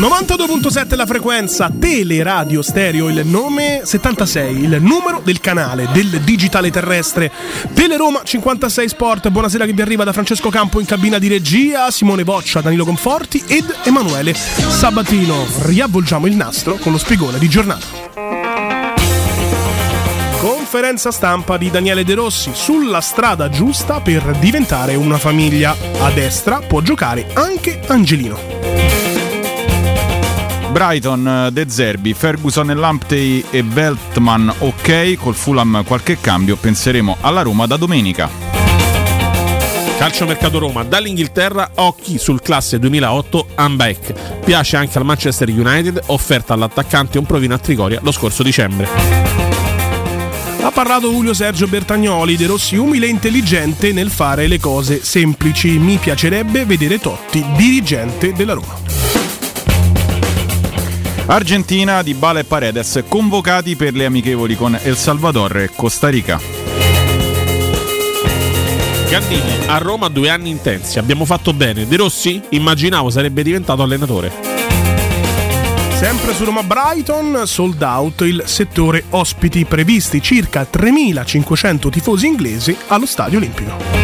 92.7 la frequenza, Teleradio Stereo il nome, 76 il numero del canale del digitale terrestre, Teleroma 56 Sport. Buonasera che vi arriva da Francesco Campo in cabina di regia, Simone Boccia, Danilo Conforti ed Emanuele Sabatino. Riavvolgiamo il nastro con lo spigone di giornata. Conferenza stampa di Daniele De Rossi sulla strada giusta per diventare una famiglia. A destra può giocare anche Angelino. Brighton, De Zerbi, Ferguson e Lamptey e Veltman ok, col Fulham qualche cambio, penseremo alla Roma da domenica. Calciomercato Roma, dall'Inghilterra occhi sul classe 2008 Ambeck, piace anche al Manchester United, offerta all'attaccante un provino a Trigoria lo scorso dicembre. Ha parlato Julio Sergio Bertagnoli, De Rossi umile e intelligente nel fare le cose semplici, mi piacerebbe vedere Totti dirigente della Roma. Argentina, Dybala e Paredes convocati per le amichevoli con El Salvador e Costa Rica. Gandini, a Roma 2 anni intensi, abbiamo fatto bene. De Rossi? Immaginavo sarebbe diventato allenatore. Sempre su Roma Brighton, sold out il settore ospiti, previsti circa 3.500 tifosi inglesi allo Stadio Olimpico.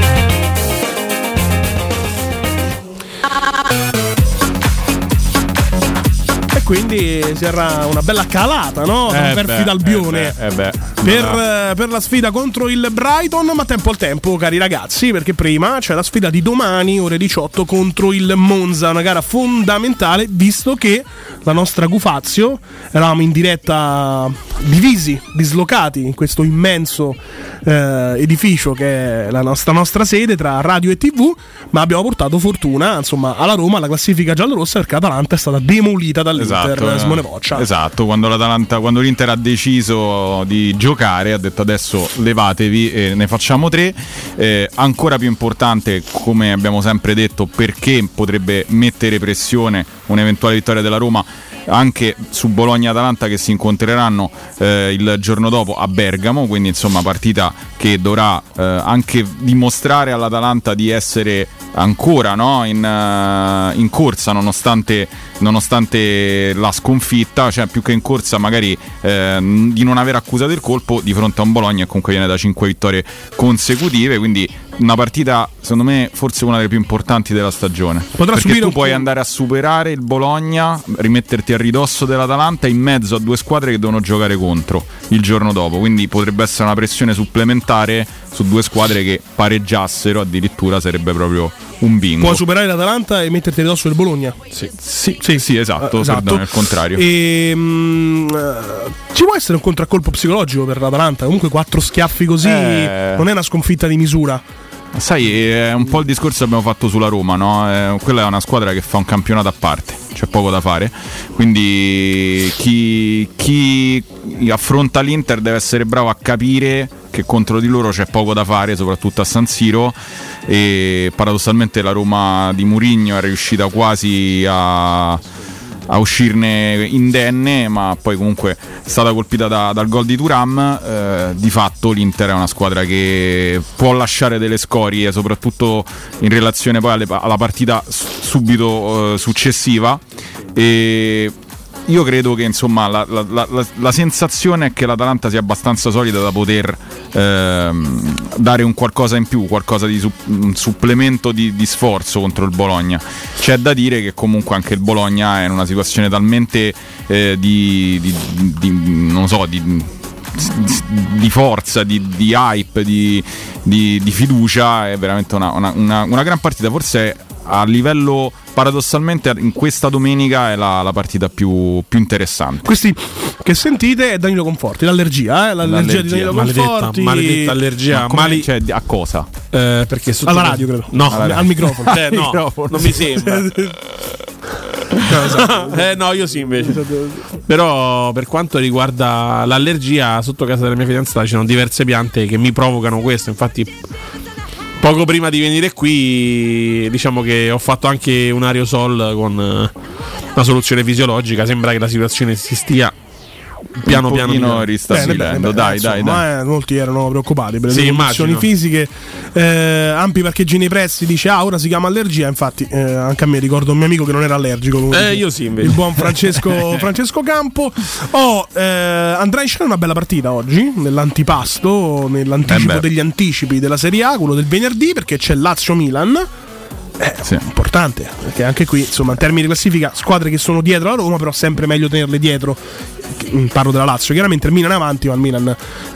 Quindi si era una bella calata, no? Perfida Albione per la sfida contro il Brighton, ma tempo al tempo, cari ragazzi, perché prima c'è la sfida di domani, ore 18, contro il Monza, una gara fondamentale, visto che la nostra Gufazio, eravamo in diretta divisi, dislocati in questo immenso edificio che è la nostra sede tra radio e TV, ma abbiamo portato fortuna, insomma, alla Roma, la classifica giallorossa, perché l'Atalanta è stata demolita dall'Inter. Simone Boccia. Esatto, quando l'Inter ha deciso di giocare, ha detto adesso levatevi e ne facciamo 3. Ancora più importante, come abbiamo sempre detto, perché potrebbe mettere pressione un'eventuale vittoria della Roma anche su Bologna e Atalanta, che si incontreranno il giorno dopo a Bergamo, quindi insomma partita che dovrà anche dimostrare all'Atalanta di essere ancora, no, in corsa nonostante la sconfitta, cioè più che in corsa magari di non aver accusato il colpo di fronte a un Bologna che comunque viene da 5 vittorie consecutive, quindi una partita secondo me forse una delle più importanti della stagione, perché tu puoi andare a superare il Bologna, rimetterti a ridosso dell'Atalanta in mezzo a 2 squadre che devono giocare contro il giorno dopo, quindi potrebbe essere una pressione supplementare su 2 squadre che pareggiassero, addirittura sarebbe proprio un bingo. Puoi superare l'Atalanta e metterti a ridosso del Bologna? Sì, esatto. Perdone, il contrario. Ci può essere un contraccolpo psicologico per l'Atalanta? Comunque 4 schiaffi così non è una sconfitta di misura. Sai, è un po' il discorso che abbiamo fatto sulla Roma, no? Quella è una squadra che fa un campionato a parte, c'è poco da fare, quindi chi affronta l'Inter deve essere bravo a capire che contro di loro c'è poco da fare, soprattutto a San Siro, e paradossalmente la Roma di Mourinho è riuscita quasi a uscirne indenne, ma poi comunque è stata colpita dal gol di Thuram. Di fatto l'Inter è una squadra che può lasciare delle scorie, soprattutto in relazione poi alla partita subito successiva, e io credo che insomma la sensazione è che l'Atalanta sia abbastanza solida da poter dare un qualcosa in più, qualcosa di un supplemento di sforzo contro il Bologna. C'è da dire che comunque anche il Bologna è in una situazione talmente di forza, di hype, di fiducia, è veramente una gran partita. Forse a livello, paradossalmente, in questa domenica è la partita più interessante. Questi che sentite è Danilo Conforti, l'allergia di Danilo Conforti. Maledetta allergia. Cioè, a cosa? Perché alla radio, credo. No, al microfono. No, non mi sembra. No, io sì invece. Però per quanto riguarda l'allergia, sotto casa della mia fidanzata ci sono diverse piante che mi provocano questo. Infatti poco prima di venire qui, diciamo che ho fatto anche un aerosol con una soluzione fisiologica. Sembra che la situazione si stia piano ristabilendo. Dai. Molti erano preoccupati per le condizioni fisiche, ampi parcheggi nei pressi, dice ora si chiama allergia, infatti anche a me ricordo un mio amico che non era allergico, io sì invece. Il buon Francesco Campo. Andrà in scena una bella partita oggi nell'antipasto, nell'anticipo degli anticipi della Serie A, quello del venerdì, perché c'è Lazio-Milan. Importante, perché anche qui insomma in termini di classifica squadre che sono dietro la Roma, però sempre meglio tenerle dietro. Parlo della Lazio, chiaramente il Milan è avanti, ma il Milan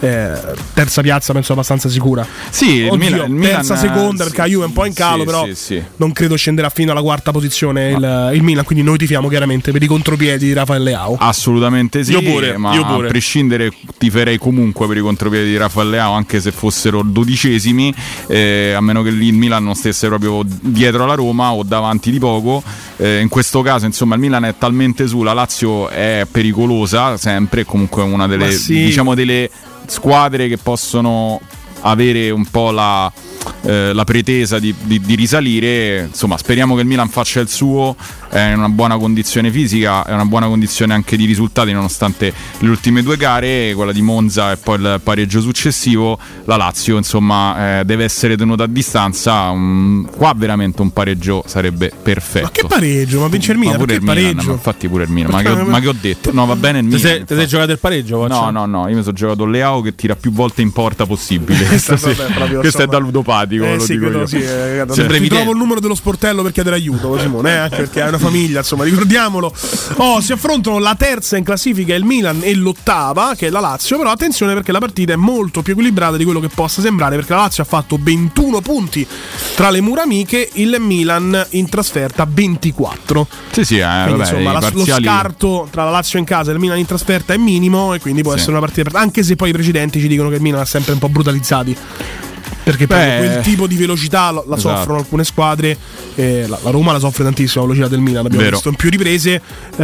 terza piazza penso abbastanza sicura. Sì, il Milan terza, seconda, perché la Juve è un po' in calo, però non credo scenderà fino alla quarta posizione il Milan, quindi noi tifiamo chiaramente per i contropiedi di Rafael Leao. Assolutamente sì, io pure. A prescindere tiferei comunque per i contropiedi di Rafael Leao, anche se fossero 12esimi, a meno che lì il Milan non stesse proprio dietro alla Roma o davanti di poco. In questo caso insomma il Milan è talmente su, la Lazio è pericolosa sempre, comunque una delle diciamo delle squadre che possono avere un po' la pretesa di risalire. Insomma, speriamo che il Milan faccia il suo, è in una buona condizione fisica, è una buona condizione anche di risultati, nonostante le ultime due gare, quella di Monza e poi il pareggio successivo. La Lazio insomma deve essere tenuta a distanza, qua veramente un pareggio sarebbe perfetto. Ma che pareggio? Ma vince il Milan? Pure il Milan, ma infatti pure il Milan, ma che ho detto? No, va bene il Milan. Ti sei giocato il pareggio? No, io mi sono giocato Leao che tira più volte in porta possibile. Questo è da ludopatico, lo dico io. Ti trovo il numero dello sportello per chiedere aiuto, Simone, anche perché hai una famiglia, insomma, ricordiamolo. Si affrontano la terza in classifica il Milan e l'ottava che è la Lazio, però attenzione perché la partita è molto più equilibrata di quello che possa sembrare, perché la Lazio ha fatto 21 punti tra le mura amiche, il Milan in trasferta 24. Quindi, insomma, lo scarto tra la Lazio in casa e il Milan in trasferta è minimo, e quindi può essere una partita, anche se poi i precedenti ci dicono che il Milan ha sempre un po' brutalizzati, perché quel tipo di velocità la soffrono alcune squadre. La Roma la soffre tantissimo la velocità del Milan, abbiamo visto in più riprese.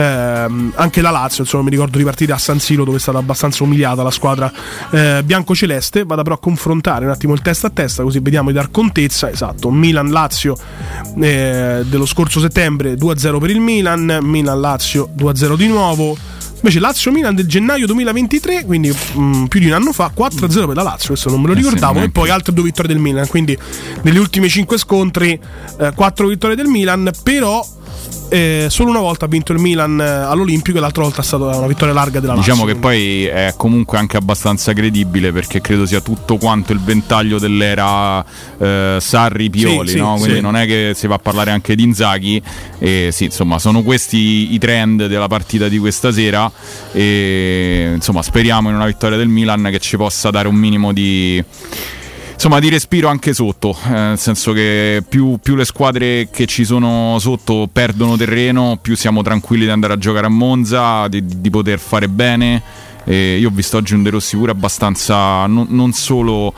Anche la Lazio, insomma, mi ricordo di partite a San Siro dove è stata abbastanza umiliata la squadra biancoceleste. Vado però a confrontare un attimo il testa a testa, così vediamo di dar contezza. Esatto, Milan-Lazio dello scorso settembre 2-0 per il Milan-Lazio 2-0 di nuovo. Invece Lazio-Milan del gennaio 2023, quindi più di un anno fa, 4-0 per la Lazio, questo non me lo ricordavo, e poi altre 2 vittorie del Milan, quindi negli ultimi 5 scontri 4 vittorie del Milan, però solo una volta ha vinto il Milan all'Olimpico e l'altra volta è stata una vittoria larga della Lazio. Diciamo che poi è comunque anche abbastanza credibile, perché credo sia tutto quanto il ventaglio dell'era Sarri-Pioli, no? Quindi non è che si va a parlare anche di Inzaghi, insomma sono questi i trend della partita di questa sera, e insomma speriamo in una vittoria del Milan che ci possa dare un minimo di respiro anche sotto, nel senso che più le squadre che ci sono sotto perdono terreno, più siamo tranquilli di andare a giocare a Monza, di poter fare bene. Io ho visto oggi un De Rossi pure abbastanza non solo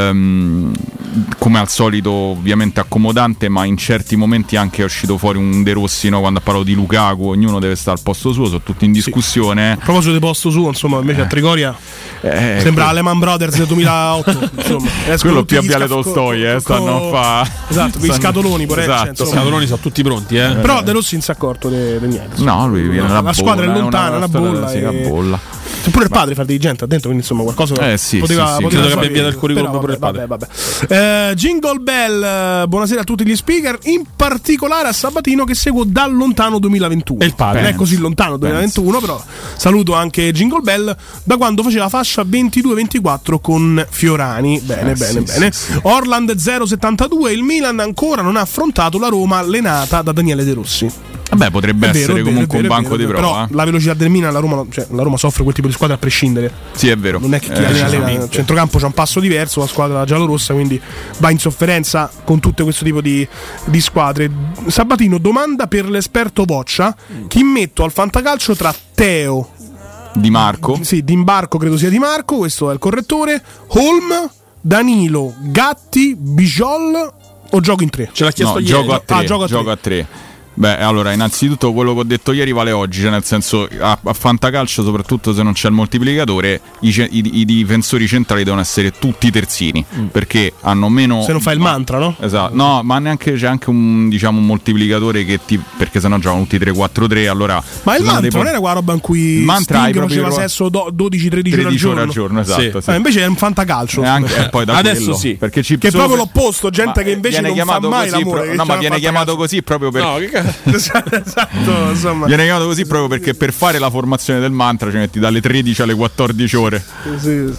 come al solito ovviamente accomodante, ma in certi momenti anche è uscito fuori un De Rossi, no? Quando ha parlato di Lukaku, ognuno deve stare al posto suo, sono tutti in discussione. A proposito di posto suo, insomma, invece a Trigoria sembra Lehman Brothers del 2008, insomma. Quello più a Viale Tolstoi, stanno a fa. Esatto, quei scatoloni pure. Esatto, scatoloni sono tutti pronti, Però De Rossi non si è accorto di niente. No, lui viene la squadra è lontana, una bolla. Pure il padre fa dirigente dentro, quindi insomma qualcosa poteva credo che abbia avviato il curriculum pure il padre. Jingle Bell, buonasera a tutti gli speaker, in particolare a Sabatino che seguo da lontano 2021. E il padre non è così lontano 2021, però saluto anche Jingle Bell da quando faceva fascia 22-24 con Fiorani. Bene. Orland 072, il Milan ancora non ha affrontato la Roma allenata da Daniele De Rossi. Vabbè, potrebbe essere comunque un banco di prova. Però la velocità del Milan, la Roma soffre quel tipo di squadra a prescindere. Sì, è vero. Non è che chi allena il centrocampo c'ha un passo diverso, la squadra giallorossa, quindi va in sofferenza con tutto questo tipo di squadre. Sabatino, domanda per l'esperto Boccia: chi metto al fantacalcio tra Teo Di Marco? Sì, D'Imbarco credo sia Di Marco, questo è il correttore. Holm, Danilo, Gatti, Bijol o gioco in 3? Ce l'ha chiesto ieri. Gioco a 3. Beh, allora, innanzitutto quello che ho detto ieri vale oggi, cioè nel senso a fantacalcio, soprattutto se non c'è il moltiplicatore, i difensori centrali devono essere tutti terzini, perché hanno meno... Se non fai il mantra, no? Esatto, no, ma neanche c'è anche un moltiplicatore che perché sennò giocano tutti 3-4-3, allora... Ma il mantra non era quella roba in cui Sting faceva sesso 12-13 ore al giorno? Esatto, sì. Invece è un fantacalcio. Poi da adesso quello, sì, perché che è proprio l'opposto, gente che invece non fa mai l'amore. No, ma viene chiamato così proprio per... No, che esatto, insomma. Viene chiamato così proprio perché per fare la formazione del mantra ci metti dalle 13 alle 14 ore. Sì.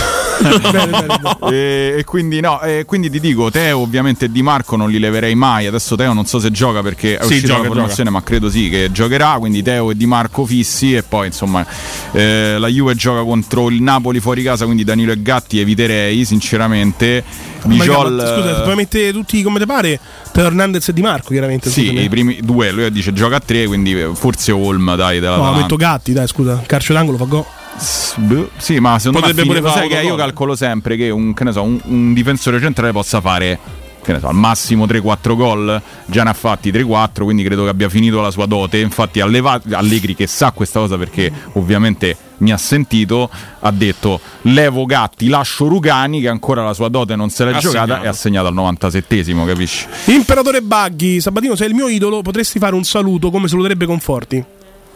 E quindi quindi ti dico, Teo ovviamente Di Marco non li leverei mai. Adesso Teo non so se gioca perché è uscita la formazione, ma credo sì che giocherà, quindi Teo e Di Marco fissi. E poi insomma la Juve gioca contro il Napoli fuori casa, quindi Danilo e Gatti eviterei sinceramente. Scusa, puoi mettere tutti come te pare, Teo Hernandez e Di Marco chiaramente. Sì, i primi due, lui dice gioca a 3, quindi forse Olm dai della no, metto Gatti, dai, scusa, calcio d'angolo fa gol. Sì, ma secondo me sai che io calcolo sempre che un difensore centrale possa fare, che ne so, al massimo 3-4 gol. Già ne ha fatti 3-4, quindi credo che abbia finito la sua dote. Infatti Allegri, che sa questa cosa perché ovviamente mi ha sentito, ha detto levo Gatti, lascio Rugani che ancora la sua dote non se l'è giocata e ha segnato al 97esimo, capisci? Imperatore Baghi, Sabatino sei il mio idolo, potresti fare un saluto come saluterebbe Conforti?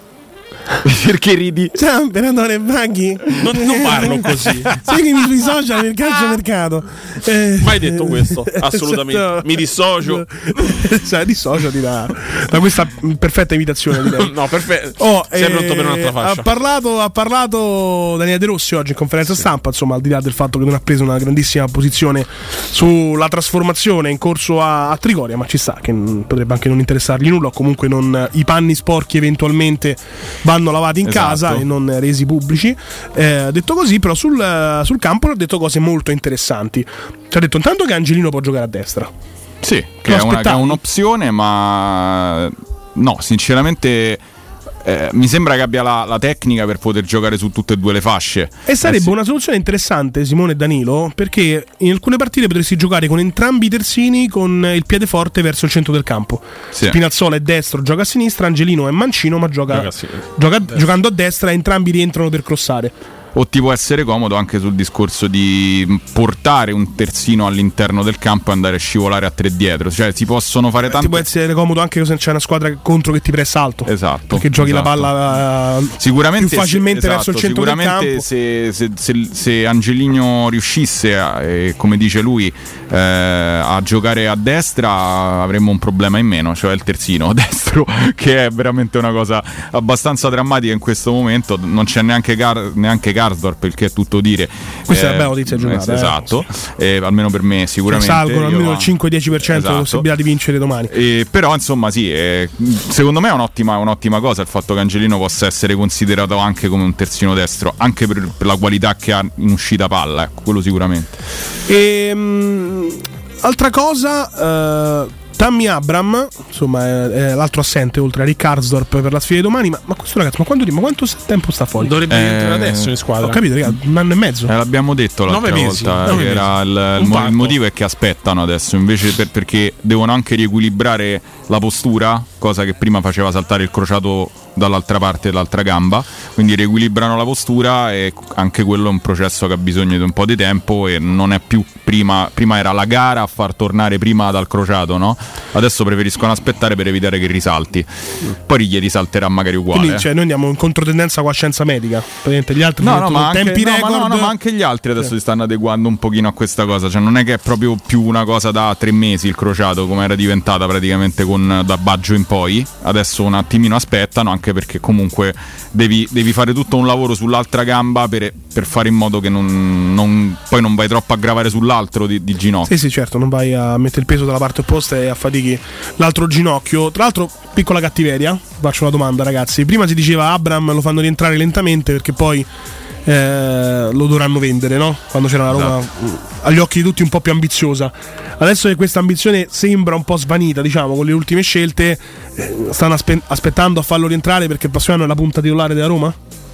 Perché ridi? Ciao, Imperatore Baghi. Non parlo così. Seguimi sui social del calciomercato. Mai detto questo? Assolutamente. Esatto. Mi dissocio. Dissociati da questa perfetta imitazione, direi. No, perfetto. Sei pronto per un'altra fascia? Ha parlato Daniele De Rossi oggi in conferenza stampa, insomma, al di là del fatto che non ha preso una grandissima posizione sulla trasformazione in corso a Trigoria, ma ci sta, che potrebbe anche non interessargli nulla, o comunque i panni sporchi eventualmente vanno lavati in casa e non resi pubblici. Detto così, però sul campo ha detto cose molto interessanti. Ci ha detto intanto che Angelino può giocare a destra. Sì, che è un'opzione, ma no, sinceramente mi sembra che abbia la tecnica per poter giocare su tutte e due le fasce. E sarebbe una soluzione interessante, Simone e Danilo, perché in alcune partite potresti giocare con entrambi i terzini con il piede forte verso il centro del campo. Spinazzola è destro, gioca a sinistra, Angelino è mancino ma giocando a destra entrambi rientrano per crossare. O ti può essere comodo anche sul discorso di portare un terzino all'interno del campo e andare a scivolare a 3 dietro. Cioè si possono fare tante... Ti può essere comodo anche se c'è una squadra contro che ti pressa alto. Esatto. Perché giochi la palla sicuramente più facilmente verso il centro del campo. Se Angelino riuscisse, come dice lui, a giocare a destra, avremmo un problema in meno, cioè il terzino destro, che è veramente una cosa abbastanza drammatica in questo momento. Non c'è neanche Karsdorp, il che è tutto dire. Questa è una bella notizia giornata. Esatto, almeno per me sicuramente. Salgono almeno il 5-10% di possibilità di vincere domani. Però insomma sì, secondo me è un'ottima cosa il fatto che Angelino possa essere considerato anche come un terzino destro, anche per la qualità che ha in uscita palla, quello sicuramente. Altra cosa, Tammy Abraham, insomma, è l'altro assente oltre a Rick Karsdorp per la sfida di domani. Ma questo ragazzo, quanto tempo sta fuori? Dovrebbe entrare adesso in squadra. Ho capito, ragazzi, 1 anno e mezzo. L'abbiamo detto l'altra volta. Che era il motivo è che aspettano adesso, invece perché devono anche riequilibrare la postura, cosa che prima faceva saltare il crociato dall'altra parte dell'altra gamba, quindi riequilibrano la postura, e anche quello è un processo che ha bisogno di un po' di tempo e non è più prima era la gara a far tornare prima dal crociato, no? Adesso preferiscono aspettare per evitare che risalti, poi gli risalterà magari uguale. Quindi cioè, noi andiamo in controtendenza con la scienza medica, gli altri ma anche gli altri adesso si stanno adeguando un pochino a questa cosa, cioè non è che è proprio più una cosa da 3 mesi il crociato come era diventata praticamente da Baggio in poi. Adesso un attimino aspettano, anche perché comunque devi fare tutto un lavoro sull'altra gamba per fare in modo che poi non vai troppo a gravare sull'altro di ginocchio. Sì, certo, non vai a mettere il peso dalla parte opposta e affatichi l'altro ginocchio. Tra l'altro, piccola cattiveria, faccio una domanda, ragazzi. Prima si diceva Abraham lo fanno rientrare lentamente perché poi lo dovranno vendere, no? Quando c'era la Roma, esatto, agli occhi di tutti un po' più ambiziosa. Adesso che questa ambizione sembra un po' svanita, diciamo, con le ultime scelte, stanno aspettando a farlo rientrare perché il prossimo anno è la punta titolare della Roma?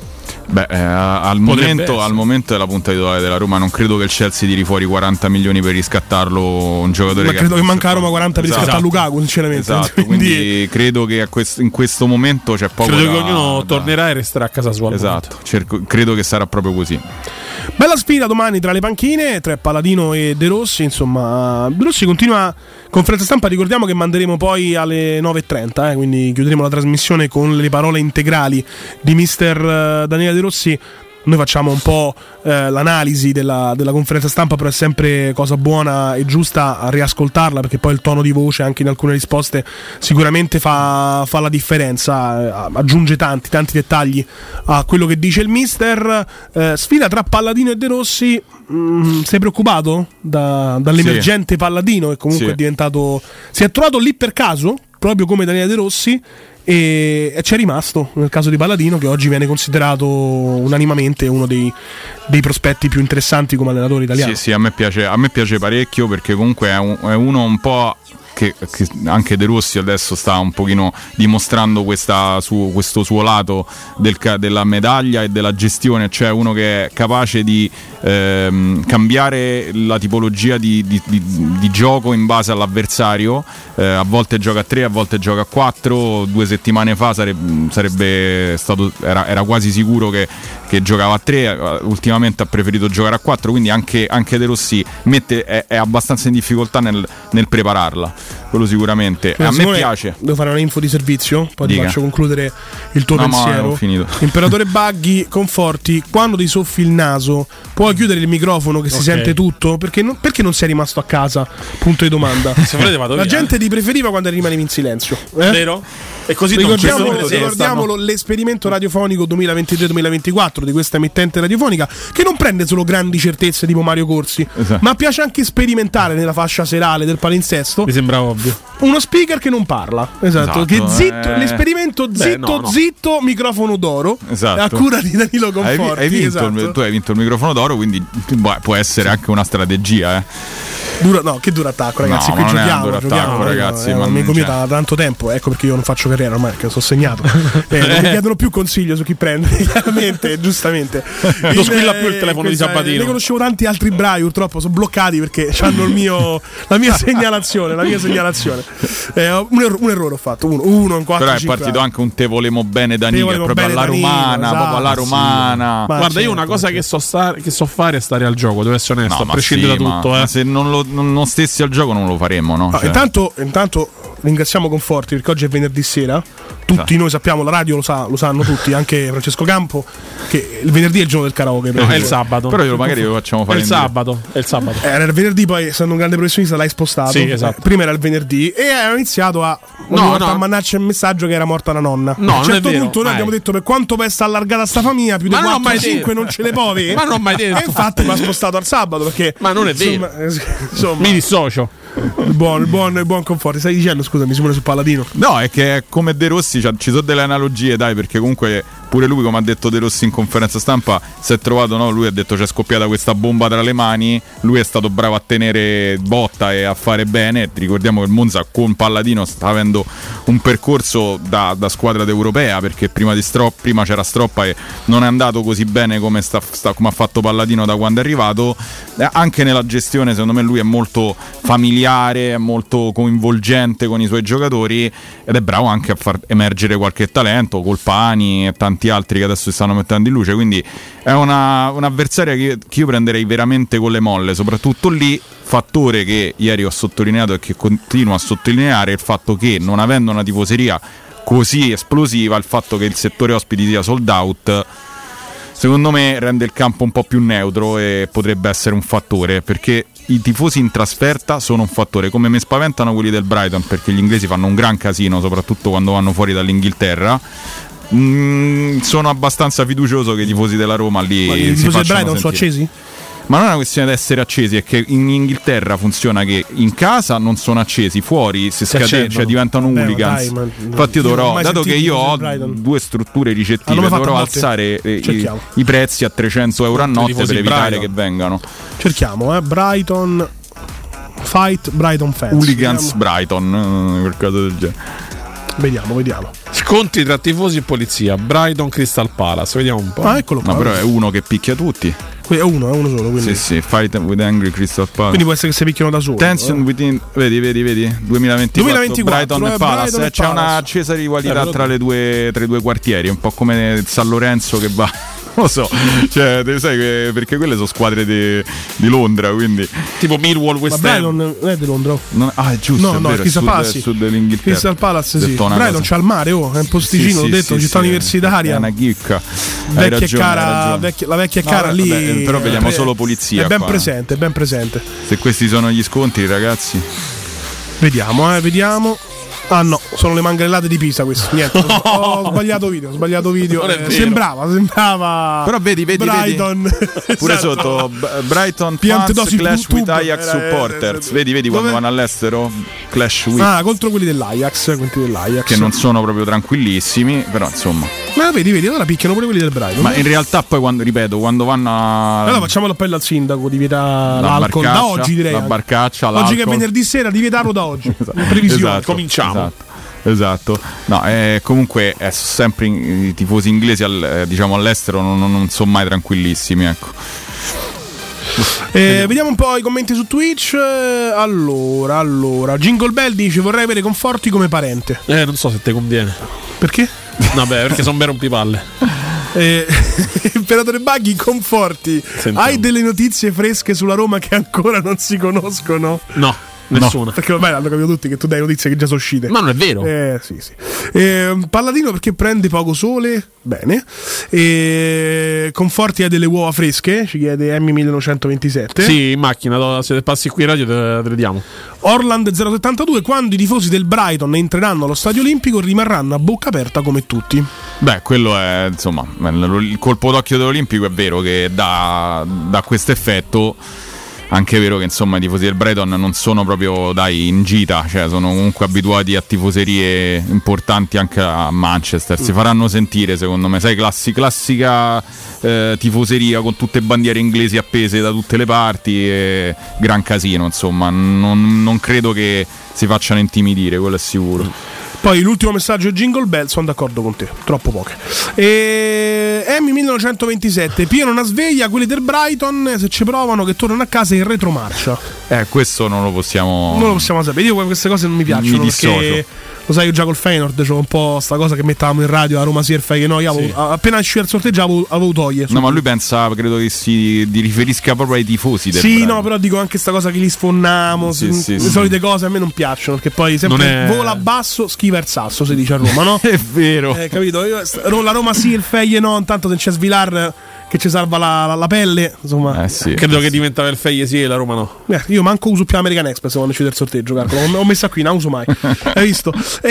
Al momento è la punta di titolare della Roma. Non credo che il Chelsea tiri fuori 40 milioni per riscattarlo un giocatore. Ma credo che manca a Roma 40 per riscattare Lukaku, sinceramente. Esatto, quindi credo che in questo momento c'è poco. Credo che ognuno tornerà e resterà a casa sua. Esatto, credo che sarà proprio così. Bella sfida domani tra le panchine, tra Palladino e De Rossi. Insomma, De Rossi continua conferenza stampa. Ricordiamo che manderemo poi alle 9:30, quindi chiuderemo la trasmissione con le parole integrali di mister Daniele De Rossi. Noi facciamo un po' l'analisi della conferenza stampa, però è sempre cosa buona e giusta a riascoltarla, perché poi il tono di voce anche in alcune risposte sicuramente fa la differenza, aggiunge tanti dettagli a quello che dice il mister. Sfida tra Palladino e De Rossi. Sei preoccupato dall'emergente Palladino, che comunque è diventato, si è trovato lì per caso, proprio come Daniele De Rossi, e c'è rimasto nel caso di Palladino, che oggi viene considerato unanimamente uno dei prospetti più interessanti come allenatore italiano. Sì, a me piace parecchio, perché comunque è uno un po' che anche De Rossi adesso sta un pochino dimostrando questo suo lato della medaglia e della gestione, cioè uno che è capace di cambiare la tipologia di gioco in base all'avversario. A volte gioca a 3, a volte gioca a 4. 2 settimane fa sarebbe stato, era quasi sicuro che giocava a 3, ultimamente ha preferito giocare a 4, quindi anche De Rossi è abbastanza in difficoltà nel prepararla, quello sicuramente. A me piace. Devo fare una info di servizio, poi ti faccio concludere il tuo pensiero. Ho finito. Imperatore Baghi, Conforti, quando ti soffi il naso puoi chiudere il microfono che si sente tutto? Perché non sei rimasto a casa? Punto di domanda. Se volete vado la via. gente ti preferiva quando rimanevi in silenzio, vero? E così ricordiamolo l'esperimento radiofonico 2023-2024 di questa emittente radiofonica, che non prende solo grandi certezze tipo Mario Corsi, ma piace anche sperimentare nella fascia serale del palinsesto. Mi sembra ovvio. Uno speaker che non parla, esatto. Che zitto, l'esperimento zitto, microfono d'oro, a cura di Danilo Conforti. Hai vinto, tu hai vinto il microfono d'oro, quindi può essere anche una strategia. Che duro attacco, ragazzi. Qui giochiamo, ragazzi. Un amico mio da tanto tempo, ecco perché io non faccio carriera ormai, che sono segnato. Non mi chiedono più consiglio su chi prende, chiaramente, giustamente. Non squilla più il telefono di Sabatino. Ne conoscevo tanti altri bravi, purtroppo sono bloccati perché hanno la mia segnalazione. Un errore ho fatto, uno in 4. Però è partito anche un te volemo bene Danilo, proprio alla romana, proprio alla romana. Guarda, io una cosa che so fare è stare al gioco, devo essere onesto, a prescindere da tutto. Ma se non stessi al gioco non lo faremmo, no? Intanto ringraziamo Conforti, perché oggi è venerdì sera. Tutti noi sappiamo, la radio lo sanno tutti, anche Francesco Campo, che il venerdì è il giorno del karaoke. È il sabato. Però magari lo facciamo fare. È il sabato. Era il venerdì, poi essendo un grande professionista l'hai spostato. Sì, esatto. Prima era il venerdì e hanno iniziato a mandarci il messaggio che era morta la nonna. No, a un certo punto noi abbiamo detto: per quanto può essere allargata sta famiglia, più di 4-5 non ce le può avere. Ma non ho mai detto. E infatti mi ha spostato al sabato, perché ma non è vero. Insomma, mi dissocio. Il buon Conforti. Stai dicendo, scusami, Simone, su Palladino? No, è che è come De Rossi, ci sono delle analogie, dai, perché comunque pure lui, come ha detto De Rossi in conferenza stampa, si è trovato, no? Lui ha detto c'è scoppiata questa bomba tra le mani, lui è stato bravo a tenere botta e a fare bene. Ti ricordiamo che il Monza con Palladino sta avendo un percorso da squadra d'europea, perché prima c'era Stroppa e non è andato così bene come ha fatto Palladino da quando è arrivato. Anche nella gestione secondo me lui è molto familiare, è molto coinvolgente con i suoi giocatori ed è bravo anche a far emergere qualche talento, Colpani e tanti altri che adesso si stanno mettendo in luce, quindi è un'avversaria che io prenderei veramente con le molle, soprattutto lì. Fattore che ieri ho sottolineato e che continuo a sottolineare, il fatto che, non avendo una tifoseria così esplosiva, il fatto che il settore ospiti sia sold out, secondo me rende il campo un po' più neutro e potrebbe essere un fattore, perché i tifosi in trasferta sono un fattore. Come mi spaventano quelli del Brighton, perché gli inglesi fanno un gran casino, soprattutto quando vanno fuori dall'Inghilterra. Sono abbastanza fiducioso che i tifosi della Roma lì i tifosi del Brighton sono accesi? Ma non è una questione di essere accesi, è che in Inghilterra funziona che in casa non sono accesi, fuori diventano hooligans. Infatti io dovrò, dato che io ho 2 strutture ricettive, dovrò alzare i prezzi a €300 a notte per evitare che vengano. Cerchiamo, Brighton Fight Brighton Fans. Hooligans Brighton, qualcosa del genere. Vediamo. Scontri tra tifosi e polizia. Brighton Crystal Palace. Vediamo un po'. Ah, eccolo qua. Ma però è uno che picchia tutti. È uno solo. Quindi. Sì, Fight with Angry Crystal Palace. Quindi può essere che si picchiano da solo. Tension within. Vedi. 2024 Brighton e Palace. Brighton C'è un'accesa rivalità tra i due quartieri. Un po' come il San Lorenzo che va. Non lo so, cioè, sai che perché quelle sono squadre di Londra, quindi tipo Millwall, West Ham. Non è di Londra. È giusto, no, è vero, sud dell'Inghilterra. Crystal Palace, sì. Brighton c'ha il mare, è un posticino, ho detto, città universitaria. È una chicca. Vecchia e cara, la vecchia e cara lì. Vabbè, però vediamo solo polizia. È ben qua. presente, è ben presente. Se questi sono gli scontri, ragazzi. Vediamo. Ah no, sono le manganellate di Pisa queste. Niente, ho sbagliato video. Sembrava. Però vedi Brighton. Pure sotto Brighton fans clash with Ajax supporters. Vedi quando vanno all'estero clash with. Ah, contro quelli dell'Ajax, che non sono proprio tranquillissimi, però insomma. Ma vedi, allora picchiano pure quelli del Brighton. Ma in realtà poi quando vanno a. Allora facciamo l'appello al sindaco di vietare l'alcol da oggi, direi. La barcaccia, oggi l'alcol. che è venerdì sera di vietarlo da oggi. In previsione. Cominciamo. Esatto. No, comunque sempre i tifosi inglesi diciamo all'estero non sono mai tranquillissimi, ecco. Vediamo un po' i commenti su Twitch. Allora Jingle Bell dice: vorrei avere Conforti come parente. Non so se te conviene. Perché? Vabbè, perché sono vero rompipalle. Imperatore Buggy, Conforti. Sentiamo. Hai delle notizie fresche sulla Roma che ancora non si conoscono? No, nessuna. Perché ormai l'hanno capito tutti che tu dai notizie che già sono uscite. Ma non è vero. Sì. Palladino perché prende poco sole. Bene. Conforti ha delle uova fresche, ci chiede Emmy 1927. Sì, in macchina, se passi qui in radio te le diamo. Orland 072: quando i tifosi del Brighton entreranno allo Stadio Olimpico rimarranno a bocca aperta come tutti. Beh, quello è insomma il colpo d'occhio dell'Olimpico, è vero che dà questo effetto. Anche è vero che insomma i tifosi del Brighton non sono proprio in gita, cioè sono comunque abituati a tifoserie importanti anche a Manchester. Si faranno sentire, secondo me, sai, classica tifoseria con tutte bandiere inglesi appese da tutte le parti e gran casino, insomma. Non credo che si facciano intimidire, quello è sicuro. Poi l'ultimo messaggio è Jingle Bell, sono d'accordo con te, troppo poche. Emmy 1927: Pio non ha sveglia, quelli del Brighton se ci provano che tornano a casa in retromarcia. Questo non lo possiamo sapere. Io queste cose non mi piacciono, perché lo sai, io già col Feyenoord c'ho un po' sta cosa che mettavamo in radio a Roma Sierfa, che io appena uscì il sorteggio avevo toglie. No, ma lui pensa, credo che si riferisca proprio ai tifosi del Brighton. No, però dico anche sta cosa che li sfonnamo, le solite cose a me non piacciono, perché poi sempre vola basso, schiva il sasso, si dice a Roma, no? È vero. Capito? La Roma sì, il Feie no, intanto se c'è Svilar che ci salva la pelle, insomma. Credo che diventava il Feie sì e la Roma no. Io manco uso più American Express quando uscite il sorteggio, calcolo. Ho messa qui, non uso mai. Hai visto?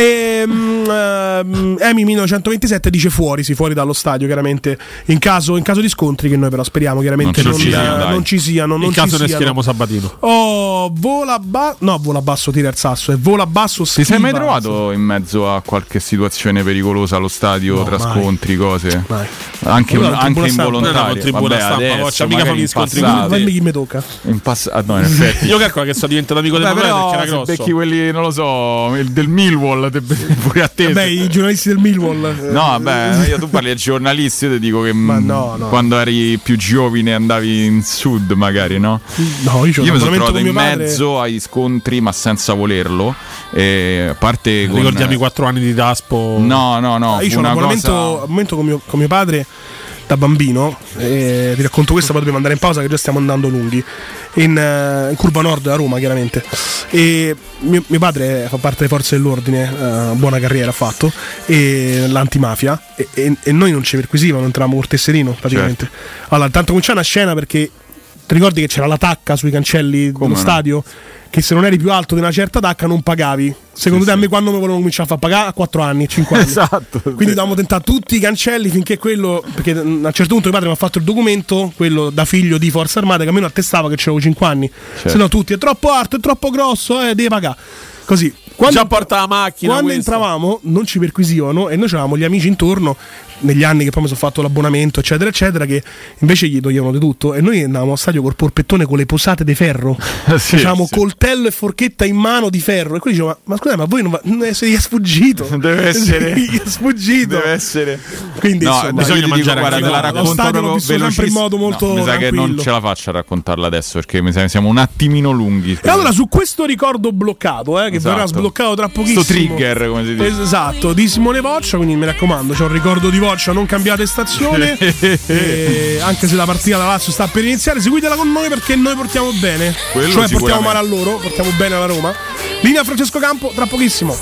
Emi 1927 dice fuori dallo stadio, chiaramente, in caso di scontri, che noi però speriamo chiaramente non ci siano. In caso ne schieriamo Sabatino. Vola basso, tira il sasso, e vola basso, schiva. Ti sei mai trovato in mezzo a qualche situazione pericolosa allo stadio, tra scontri, cose? Mai. Anche involontarie. Tribuna stampa, mica fammi scontri. Fammi chi mi tocca. In effetti. Io calcolo che sono diventato amico del Emanuele perché era grosso. Becchi quelli, non lo so, del Millwall, pure a te. I giornalisti del Millwall. No, tu parli ai giornalisti, io ti dico che quando eri più giovane andavi in sud, magari, no? No, io mi sono trovato in mezzo ai scontri, ma senza volerlo. A parte ricordiamo i 4 anni di Daspo. No. Io ho un abbonamento con mio padre da bambino, ti racconto questo, poi dobbiamo andare in pausa che già stiamo andando lunghi, in Curva Nord a Roma, chiaramente. E mio padre fa parte delle forze dell'ordine, buona carriera ha fatto, e l'antimafia, e noi non ci perquisivano, entravamo col tesserino praticamente. Certo. Allora, tanto cominciava una scena, perché ti ricordi che c'era la tacca sui cancelli dello stadio? Che se non eri più alto di una certa tacca non pagavi. Secondo te a me quando mi volevano cominciare a far pagare? A 4 anni, 5 anni. Esatto. Quindi dovevamo tentare tutti i cancelli finché quello. Perché a un certo punto mio padre mi ha fatto il documento, quello da figlio di Forze Armate, che almeno attestava che c'avevo 5 anni. Certo. Se no tutti, è troppo alto, è troppo grosso, devi pagare. Così. Già porta la macchina. Quando entravamo non ci perquisivano, e noi avevamo gli amici intorno negli anni che poi mi sono fatto l'abbonamento eccetera eccetera, che invece gli toglievano di tutto, e noi andavamo al stadio col porpettone con le posate di ferro, sì, diciamo sì. Coltello e forchetta in mano di ferro, e quelli dicevano ma scusate, ma voi non è sfuggito, deve essere sfuggito, deve essere, quindi no, insomma, bisogna mangiare, guarda, te la racconto proprio sempre in modo molto mi sa che non ce la faccio a raccontarla adesso, perché mi sa che siamo un attimino lunghi. E allora su questo ricordo bloccato, che esatto. verrà sbloccato tra pochissimo, sto trigger come si dice, esatto, di Simone Voccia, quindi mi raccomando, c'è un ricordo di Voccia, non cambiate stazione e anche se la partita da Lazio sta per iniziare, seguitela con noi perché noi portiamo bene, quello cioè portiamo male a loro, portiamo bene alla Roma. Linea Francesco Campo tra pochissimo.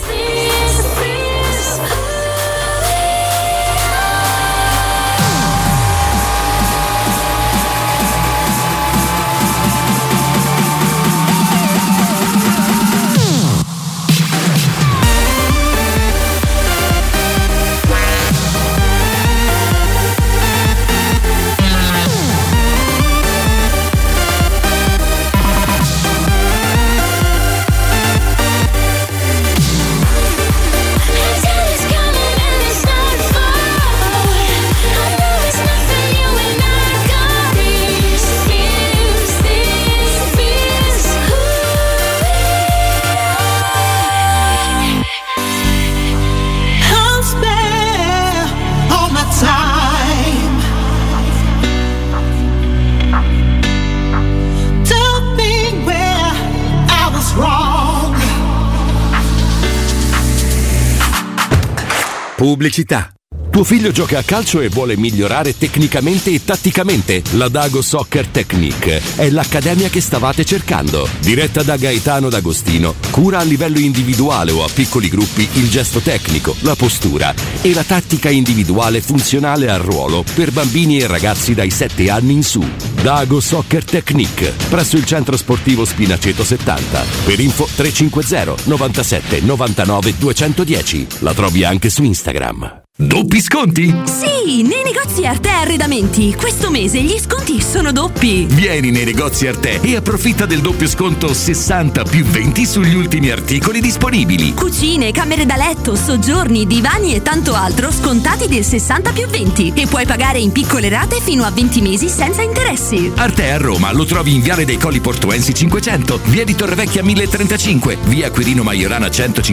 Pubblicità. Tuo figlio gioca a calcio e vuole migliorare tecnicamente e tatticamente? La Dago Soccer Technique è l'accademia che stavate cercando. Diretta da Gaetano D'Agostino, cura a livello individuale o a piccoli gruppi il gesto tecnico, la postura e la tattica individuale funzionale al ruolo per bambini e ragazzi dai 7 anni in su. Dago Soccer Technique, presso il centro sportivo Spinaceto 70. Per info 350 97 99 210. La trovi anche su Instagram. Doppi sconti? Sì, nei negozi Arte Arredamenti. Questo mese gli sconti sono doppi. Vieni nei negozi Arte e approfitta del doppio sconto 60+20 sugli ultimi articoli disponibili. Cucine, camere da letto, soggiorni, divani e tanto altro scontati del 60+20. E puoi pagare in piccole rate fino a 20 mesi senza interessi. Arte a Roma lo trovi in Viale dei Colli Portuensi 500, via di Torrevecchia 1035, via Quirino Maiorana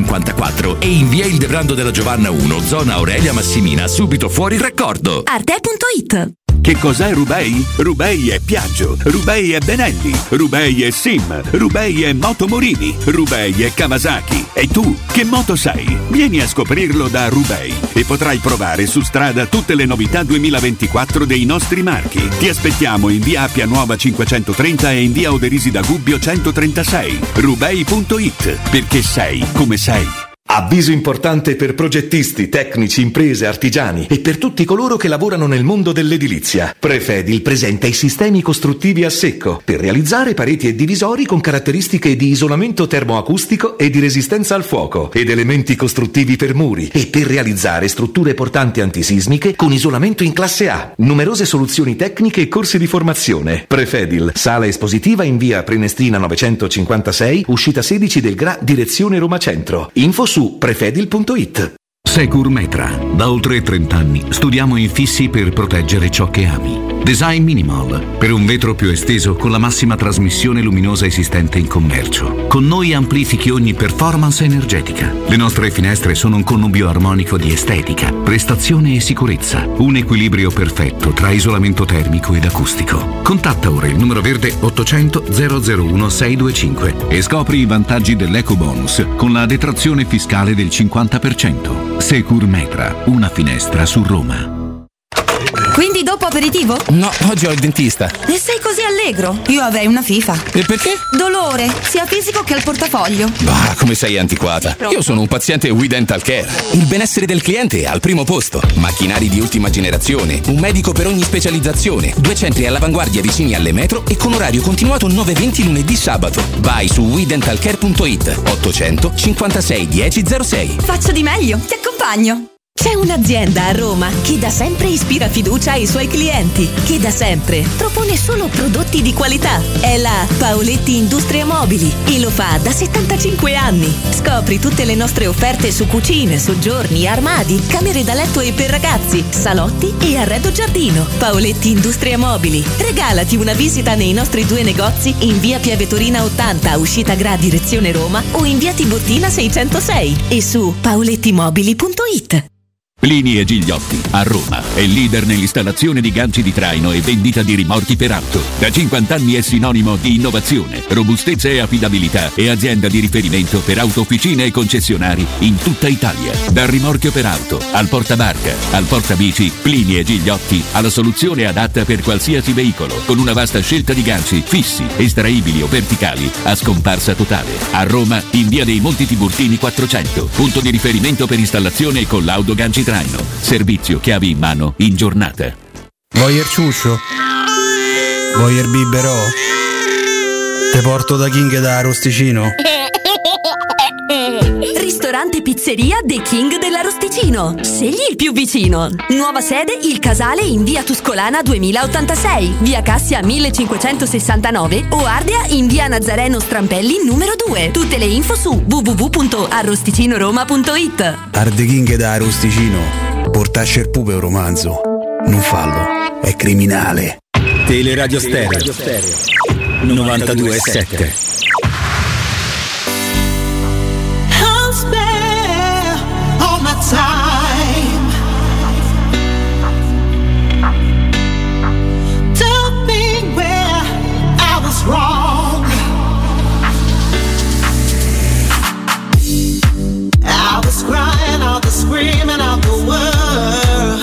154 e in via Ildebrando della Giovanna 1, zona Aurelia Massimina, subito fuori il raccordo. Arte.it. Che cos'è Rubei? Rubei è Piaggio, Rubei è Benelli, Rubei è Sim, Rubei è Moto Morini, Rubei è Kawasaki. E tu, che moto sei? Vieni a scoprirlo da Rubei e potrai provare su strada tutte le novità 2024 dei nostri marchi. Ti aspettiamo in via Appia Nuova 530 e in via Oderisida Gubbio 136. Rubei.it, perché sei come sei. Avviso importante per progettisti, tecnici, imprese, artigiani e per tutti coloro che lavorano nel mondo dell'edilizia. Prefedil presenta i sistemi costruttivi a secco per realizzare pareti e divisori con caratteristiche di isolamento termoacustico e di resistenza al fuoco ed elementi costruttivi per muri e per realizzare strutture portanti antisismiche con isolamento in classe A. Numerose soluzioni tecniche e corsi di formazione. Prefedil, sala espositiva in via Prenestina 956, uscita 16 del Gra, direzione Roma Centro. Info su prefedil.it. Securmetra. Da oltre 30 anni studiamo infissi per proteggere ciò che ami. Design minimal, per un vetro più esteso con la massima trasmissione luminosa esistente in commercio. Con noi amplifichi ogni performance energetica. Le nostre finestre sono un connubio armonico di estetica, prestazione e sicurezza. Un equilibrio perfetto tra isolamento termico ed acustico. Contatta ora il numero verde 800 001 625 e scopri i vantaggi dell'EcoBonus con la detrazione fiscale del 50%. Securmetra, una finestra su Roma. Quindi dopo aperitivo? No, oggi ho il dentista. E sei così allegro? Io avrei una FIFA. E perché? Dolore, sia fisico che al portafoglio. Bah, come sei antiquata. Io sono un paziente We Dental Care. Il benessere del cliente è al primo posto. Macchinari di ultima generazione, un medico per ogni specializzazione, 2 centri all'avanguardia vicini alle metro e con orario continuato 9-20 lunedì sabato. Vai su wedentalcare.it 800 56 10 06. Faccio di meglio, ti accompagno. C'è un'azienda a Roma che da sempre ispira fiducia ai suoi clienti, che da sempre propone solo prodotti di qualità. È la Paoletti Industrie Mobili e lo fa da 75 anni. Scopri tutte le nostre offerte su cucine, soggiorni, armadi, camere da letto e per ragazzi, salotti e arredo giardino. Paoletti Industrie Mobili. Regalati una visita nei nostri 2 negozi in via Pieve Torina 80, uscita Gra direzione Roma, o in via Tiburtina 606 e su paolettimobili.it. Plini e Gigliotti, a Roma, è leader nell'installazione di ganci di traino e vendita di rimorchi per auto. Da 50 anni è sinonimo di innovazione, robustezza e affidabilità e azienda di riferimento per autofficine e concessionari in tutta Italia. Dal rimorchio per auto, al portabarca, al portabici, Plini e Gigliotti ha la soluzione adatta per qualsiasi veicolo, con una vasta scelta di ganci fissi, estraibili o verticali, a scomparsa totale. A Roma, in via dei Monti Tiburtini 400, punto di riferimento per installazione e collaudo ganci traino. Servizio chiavi in mano in giornata. Voyer ciuscio? Voyer biberò? Te porto da King da Arosticino? Ristorante Pizzeria The King dell'Arosticino. Scegli il più vicino. Nuova sede Il Casale in via Tuscolana 2086, via Cassia 1569 o Ardea in via Nazareno Strampelli numero 2. Tutte le info su www.arrosticinoroma.it. Arde King da Arosticino. Portasce il pupe un romanzo. Non fallo, è criminale. Teleradio Stereo 92.7. Time. Tell me where I was wrong. I was crying out the screaming of the world.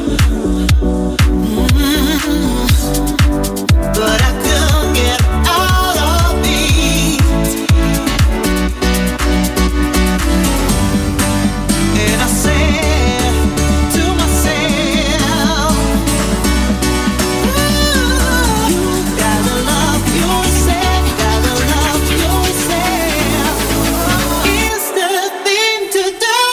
But I couldn't get out of it. And I said to myself, you gotta love yourself, gotta love yourself. It's the thing to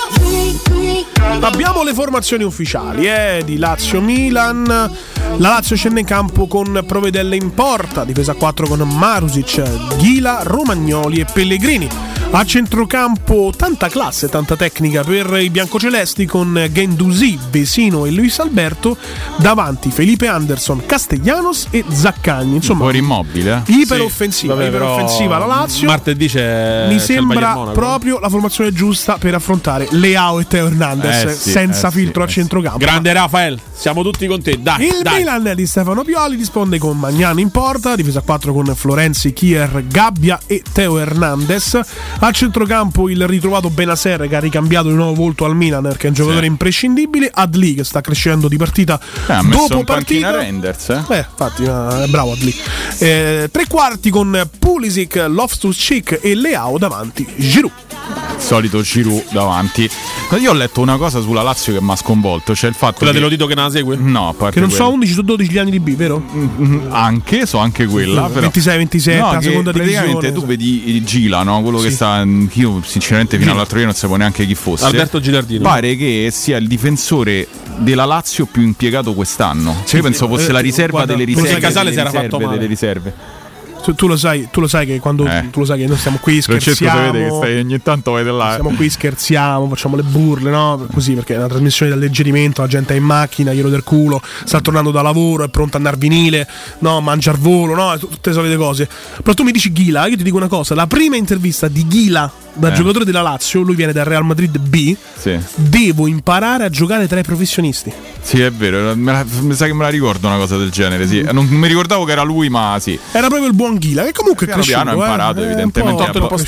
do. Abbiamo le formazioni ufficiali di Lazio-Milan. La Lazio scende in campo con Provedella in porta, difesa 4 con Marusic, Ghila, Romagnoli e Pellegrini. A centrocampo tanta classe, tanta tecnica per i biancocelesti con Guendouzi, Vesino e Luis Alberto. Davanti Felipe Anderson, Castellanos e Zaccagni. Insomma, un po' immobile. Iperoffensiva, Vabbè, iperoffensiva la Lazio. Martedì Mi sembra proprio la formazione giusta per affrontare Leao e Teo Hernandez senza filtro a centrocampo. Grande Rafael, siamo tutti con te. Dai, il Milan di Stefano Pioli risponde con Magnano in porta, difesa 4 con Florenzi, Kier, Gabbia e Teo Hernandez. A centrocampo il ritrovato Benasser, che ha ricambiato di nuovo volto al Milan perché è un giocatore imprescindibile. Adli, che sta crescendo di partita dopo partita. Reinders, infatti, bravo Adli. Tre quarti con Pulisic, Loftus-Cheek e Leao davanti Giroud. Solito Giroud davanti. Io ho letto una cosa sulla Lazio che mi ha sconvolto, cioè il fatto quella dello dito che non la segue? No, a parte che non quella. so 11 su 12 gli anni di B, vero? Anche quella, però 26-27 no, la seconda divisione. Praticamente tu vedi il Gila, no? Quello che sta, io sinceramente fino all'altro ieri non sapevo neanche chi fosse. Alberto Gilardino. Pare che sia il difensore della Lazio più impiegato quest'anno. Io penso fosse la riserva delle riserve. Casale si era fatto male. Delle riserve. Tu lo sai che quando tu lo sai che noi stiamo qui scherziamo. Francesco, vede che stai ogni tanto vede là. Siamo qui, scherziamo, facciamo le burle, no? Così, perché è una trasmissione di alleggerimento, la gente è in macchina, glielo del culo, sta tornando da lavoro, è pronto a andare vinile, no? Mangia al volo, no? Tutte le solite cose. Però tu mi dici Ghila, io ti dico una cosa, la prima intervista di Ghila da giocatore della Lazio, lui viene dal Real Madrid B. Sì. Devo imparare a giocare tra i professionisti. Sì, è vero, mi sa che me la ricordo una cosa del genere, sì. Non mi ricordavo che era lui, ma sì. Era proprio il buon Ghila, che comunque è cresciuto. Piano ha imparato, evidentemente. Un po'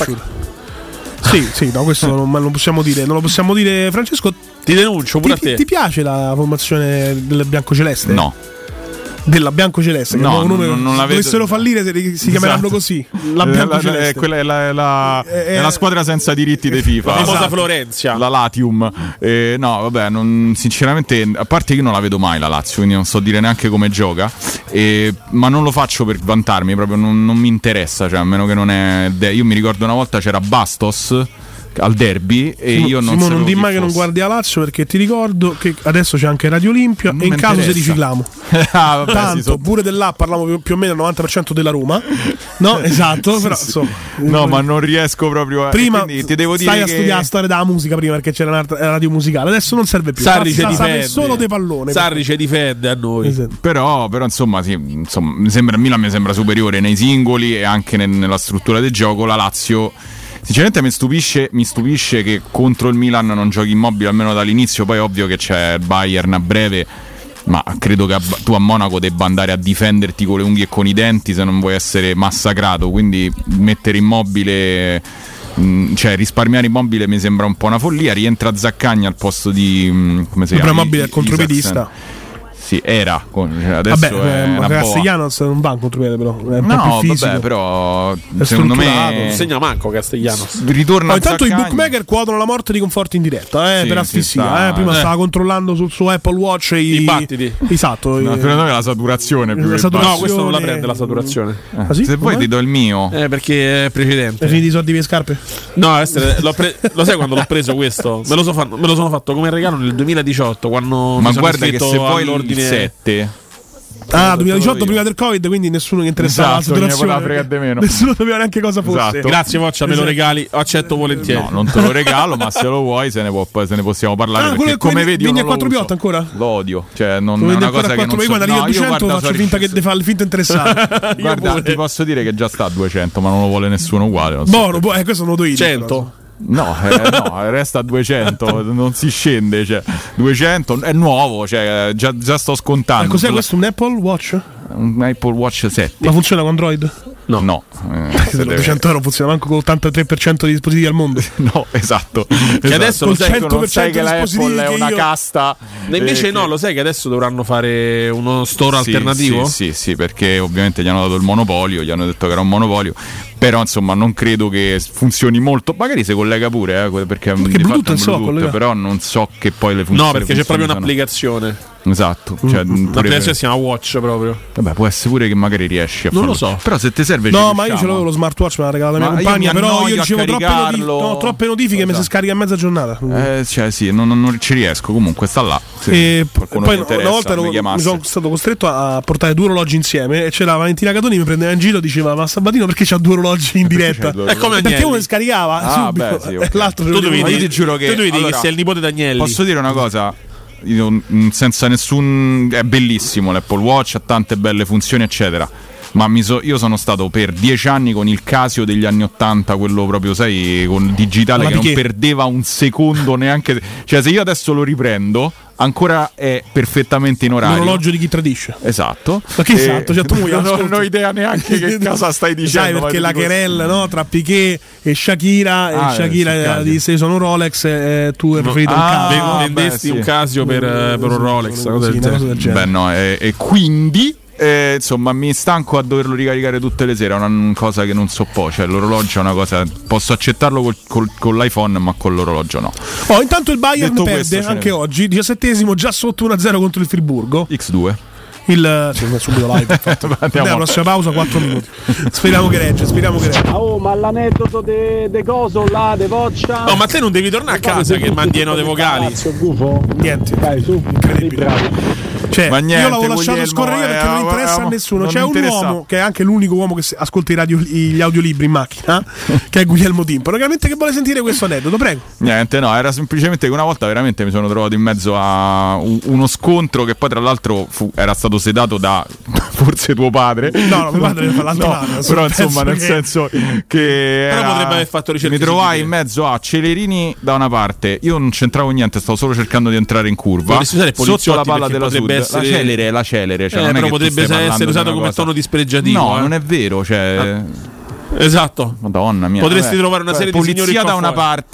sì, no, questo non lo possiamo dire, Francesco. Ti denuncio pure a te. Ti piace la formazione del biancoceleste? No. Della biancoceleste, no, che non la dovessero fallire si chiameranno così. La biancoceleste. Quella è la squadra senza diritti dei FIFA. La famosa Florencia. La Latium. No, vabbè, sinceramente, a parte che io non la vedo mai la Lazio, quindi non so dire neanche come gioca. Ma non lo faccio per vantarmi, proprio non mi interessa. Cioè, a meno che non è. Io mi ricordo una volta c'era Bastos, al derby e io non Simone, non di mai che non guardi la Lazio, perché ti ricordo che adesso c'è anche Radio Olimpia e in caso se ricicliamo vabbè, tanto pure dell'app parliamo più o meno il 90% della Roma, no? Esatto. Però insomma, no, ma non riesco proprio a... Prima ti devo dire stai a studiare la storia della musica prima, perché c'era una radio musicale, adesso non serve più. Sarri ci difende solo dei pallone. Sarri ci difende a noi. Esatto. Però insomma, sì, insomma, Milan mi sembra superiore nei singoli e anche nella struttura del gioco. La Lazio sinceramente mi stupisce che contro il Milan non giochi Immobile almeno dall'inizio. Poi è ovvio che c'è il Bayern a breve, ma credo che tu a Monaco debba andare a difenderti con le unghie e con i denti se non vuoi essere massacrato, quindi mettere Immobile, cioè risparmiare Immobile mi sembra un po' una follia. Rientra Zaccagni al posto di come si chiama? Immobile è contropiedista. Sì, era adesso è Castellanos non va in contropiede, però è un po' più fisico. Vabbè, però è secondo me non segna manco Castellanos. Ritorna intanto Zaccagni. I bookmaker quotano la morte di Conforti in diretta sì, per asfissia. Prima stava controllando sul suo Apple Watch i battiti. Esatto. Secondo me la saturazione più no, questo non la prende la saturazione. Sì? Se vuoi ti do il mio. Perché è precedente. Hai finito i soldi per le scarpe? No, lo sai quando l'ho preso questo? Me lo sono fatto come regalo nel 2018 quando ma guarda che se vuoi l'ordine 7 2018 prima del Covid, quindi nessuno che interessava la saturazione, nessuno sapeva neanche cosa fosse. Esatto. Grazie Voccia, me lo regali, accetto volentieri. No, non te lo regalo, ma se lo vuoi se ne possiamo parlare, perché come vedi vieni io a 4 piotte ancora? Lo odio, cioè non è una cosa che non so. Quando arrivi a 200 faccio finta che fa il finto interessato. Guarda, ti posso dire che già sta a 200, ma non lo vuole nessuno uguale. Questo non lo do io. 100. No, resta a 200, non si scende, cioè 200 è nuovo, cioè già sto scontando. Cos'è questo? Un Apple Watch? Un Apple Watch 7. Ma funziona con Android? No. 200 euro funziona manco con l'83% dei dispositivi al mondo. No, esatto. Che adesso lo sai che la Apple è una casta. Invece no, lo sai che adesso dovranno fare uno store alternativo? Sì, perché ovviamente gli hanno dato il monopolio, gli hanno detto che era un monopolio. Però insomma non credo che funzioni molto. Magari si collega pure, perché Bluetooth, però non so che poi le funzioni. No, perché c'è proprio un'applicazione. Esatto, cioè l'applicazione si chiama Watch proprio. Vabbè, può essere pure che magari riesci a non lo so. Però se ti serve ma io ce l'avevo lo smartwatch, me l'ha regalato la mia compagna, però io ricevo troppe notifiche, mi si scarica a mezza giornata. Cioè sì, non ci riesco, comunque sta là. E poi una volta mi sono stato costretto a portare 2 orologi insieme e c'era Valentina Catoni, mi prendeva in giro, diceva ma Sabatino perché c'ha 2 orologi in diretta? Perché uno li scaricava subito e l'altro io ti giuro che sei il nipote d'Agnelli. Posso dire una cosa? Senza nessun, è bellissimo l'Apple Watch, ha tante belle funzioni eccetera, ma io sono stato per 10 anni con il Casio degli anni 80, quello proprio sai con digitale che non perdeva un secondo neanche, cioè se io adesso lo riprendo ancora è perfettamente in orario. L'orologio di chi tradisce. Esatto. Ma che esatto, cioè, tu non ho idea neanche che cosa stai dicendo. Sai, perché la querella, no, tra Piqué e Shakira, e Shakira disse sono Rolex e tu hai preferito un Casio. Vendesti un Casio per un Rolex, una cosa del genere. Beh no, e quindi insomma mi stanco a doverlo ricaricare tutte le sere, è una cosa che non so cioè l'orologio è una cosa, posso accettarlo con l'iPhone ma con l'orologio no. Intanto il Bayern perde anche oggi, 17esimo, già sotto 1-0 contro il Friburgo X2 subito live. Andiamo alla prossima pausa, 4 minuti. Speriamo che regge. Ma l'aneddoto de coso là, de Voccia. No, ma te non devi tornare a casa che mandiano dei vocali. Niente. Dai, su, incredibile. Cioè, ma niente, io l'avevo lasciato scorrere perché non interessa a nessuno. C'è un uomo che è anche l'unico uomo che ascolta gli audiolibri in macchina, che è Guglielmo Timpano. Chiaramente che vuole sentire questo aneddoto, prego. Niente, no, era semplicemente che una volta veramente mi sono trovato in mezzo a uno scontro che poi tra l'altro era stato sedato da forse tuo padre. No, mio padre fa l'altro lato. Però insomma nel senso che però potrebbe aver fatto ricerche. Mi trovai in mezzo a Celerini da una parte, io non c'entravo niente, stavo solo cercando di entrare in curva sotto la palla della Sud. La celere, cioè non è però che potrebbe essere usato come tono dispregiativo. No, non è vero, cioè esatto. Madonna mia. Potresti trovare una serie di signori polizia da una parte,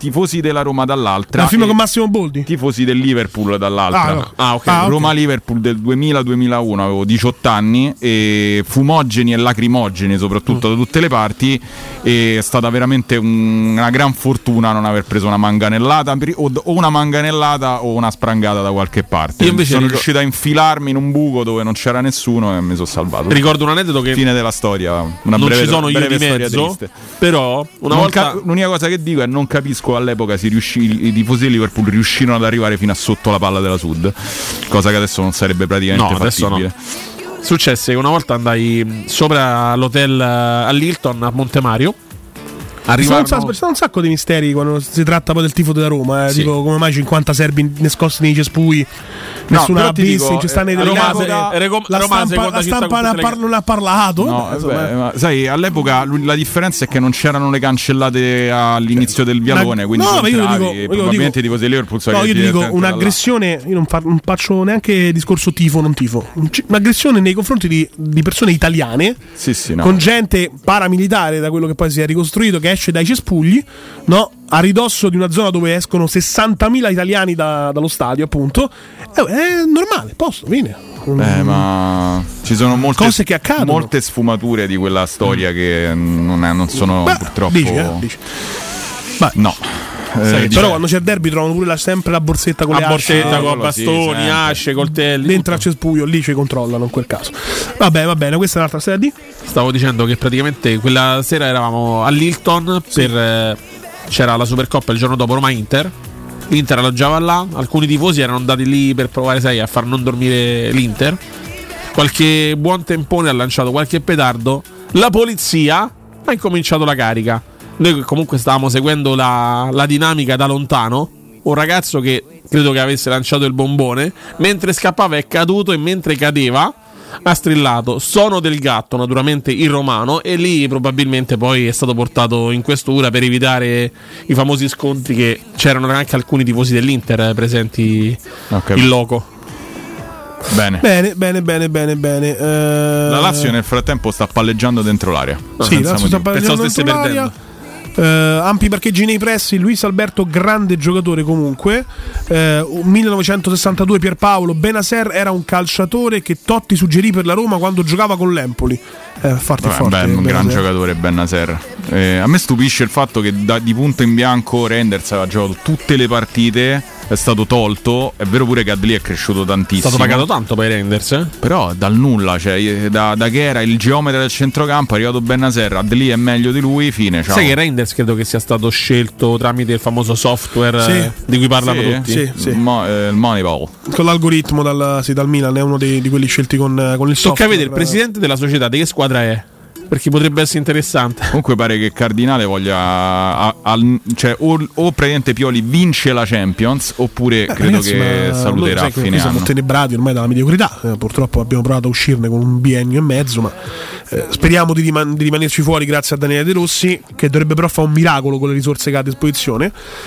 tifosi della Roma dall'altra. Il film con Massimo Boldi. Tifosi del Liverpool dall'altra. Okay. Roma-Liverpool del 2000-2001, avevo 18 anni e fumogeni e lacrimogeni soprattutto da tutte le parti, e è stata veramente una gran fortuna non aver preso una manganellata o una manganellata o una sprangata da qualche parte. Io invece sono riuscito a infilarmi in un buco dove non c'era nessuno e mi sono salvato. Ricordo un aneddoto che fine della storia, una non breve, ci sono io di mezzo, però una volta l'unica cosa che dico è non capisco all'epoca i tifosi di Liverpool riuscirono ad arrivare fino a sotto la palla della Sud, cosa che adesso non sarebbe praticamente fattibile. Successe che una volta andai sopra l'hotel all'Hilton a Montemario. Ci sono un sacco di misteri quando si tratta poi del tifo della Roma, tipo come mai 50 serbi nascosti nei cespui, nessuna ha visto, ci sta nei telecamere, la stampa non ha parlato. Ma sai, all'epoca la differenza è che non c'erano le cancellate all'inizio del vialone, quindi probabilmente i tifosi di Liverpool io ti dico un'aggressione, io non faccio neanche discorso tifo non tifo, un'aggressione nei confronti di persone italiane, con gente paramilitare, da quello che poi si è ricostruito, che esce dai cespugli, a ridosso di una zona dove escono 60.000 italiani dallo stadio, appunto. È normale, posto, fine. Ma ci sono molte cose che accadono, molte sfumature di quella storia che non sono purtroppo. Dici. No. Però quando c'è il derby trovano pure sempre la borsetta con le asce, con bastoni, asce, coltelli. Dentro al cespuglio, lì ci controllano in quel caso. Vabbè, va bene, questa è un'altra storia di. Stavo dicendo che praticamente quella sera eravamo all'Hilton c'era la Supercoppa il giorno dopo Roma-Inter. L'Inter alloggiava là, alcuni tifosi erano andati lì per provare a far non dormire l'Inter. Qualche buon tempone ha lanciato qualche petardo. La polizia ha incominciato la carica. Noi comunque stavamo seguendo la dinamica da lontano. Un ragazzo che credo che avesse lanciato il bombone, mentre scappava è caduto, e mentre cadeva ha strillato "sono del gatto", naturalmente in romano, e lì probabilmente poi è stato portato in questura per evitare i famosi scontri, che c'erano anche alcuni tifosi dell'Inter presenti in loco. Bene. La Lazio nel frattempo sta palleggiando dentro l'area. Sì, la Lazio sta palleggiando dentro l'area. Ampi parcheggi nei pressi. Luis Alberto, grande giocatore comunque. 1962 Pierpaolo Benacer era un calciatore che Totti suggerì per la Roma quando giocava con l'Empoli. Forte. Un gran giocatore Benacer. A me stupisce il fatto che di punto in bianco Reinders aveva giocato tutte le partite, è stato tolto. È vero pure che Adli è cresciuto tantissimo, è stato pagato tanto per Reinders, però dal nulla, cioè da che era il geometra del centrocampo è arrivato Benacer, Adli è meglio di lui, fine, ciao. Sai che Reinders credo che sia stato scelto tramite il famoso software di cui parlano tutti, il Moneyball, con l'algoritmo dal Milan, è uno di quelli scelti con il software. Tocca vedere il presidente della società di che squadra è, perché potrebbe essere interessante. Comunque pare che Cardinale voglia cioè o praticamente Pioli vince la Champions, oppure credo che saluterà a fine anno. Siamo tenebrati ormai dalla mediocrità, purtroppo abbiamo provato a uscirne con un biennio e mezzo, ma speriamo di rimanerci fuori grazie a Daniele De Rossi, che dovrebbe però fare un miracolo con le risorse che ha a disposizione.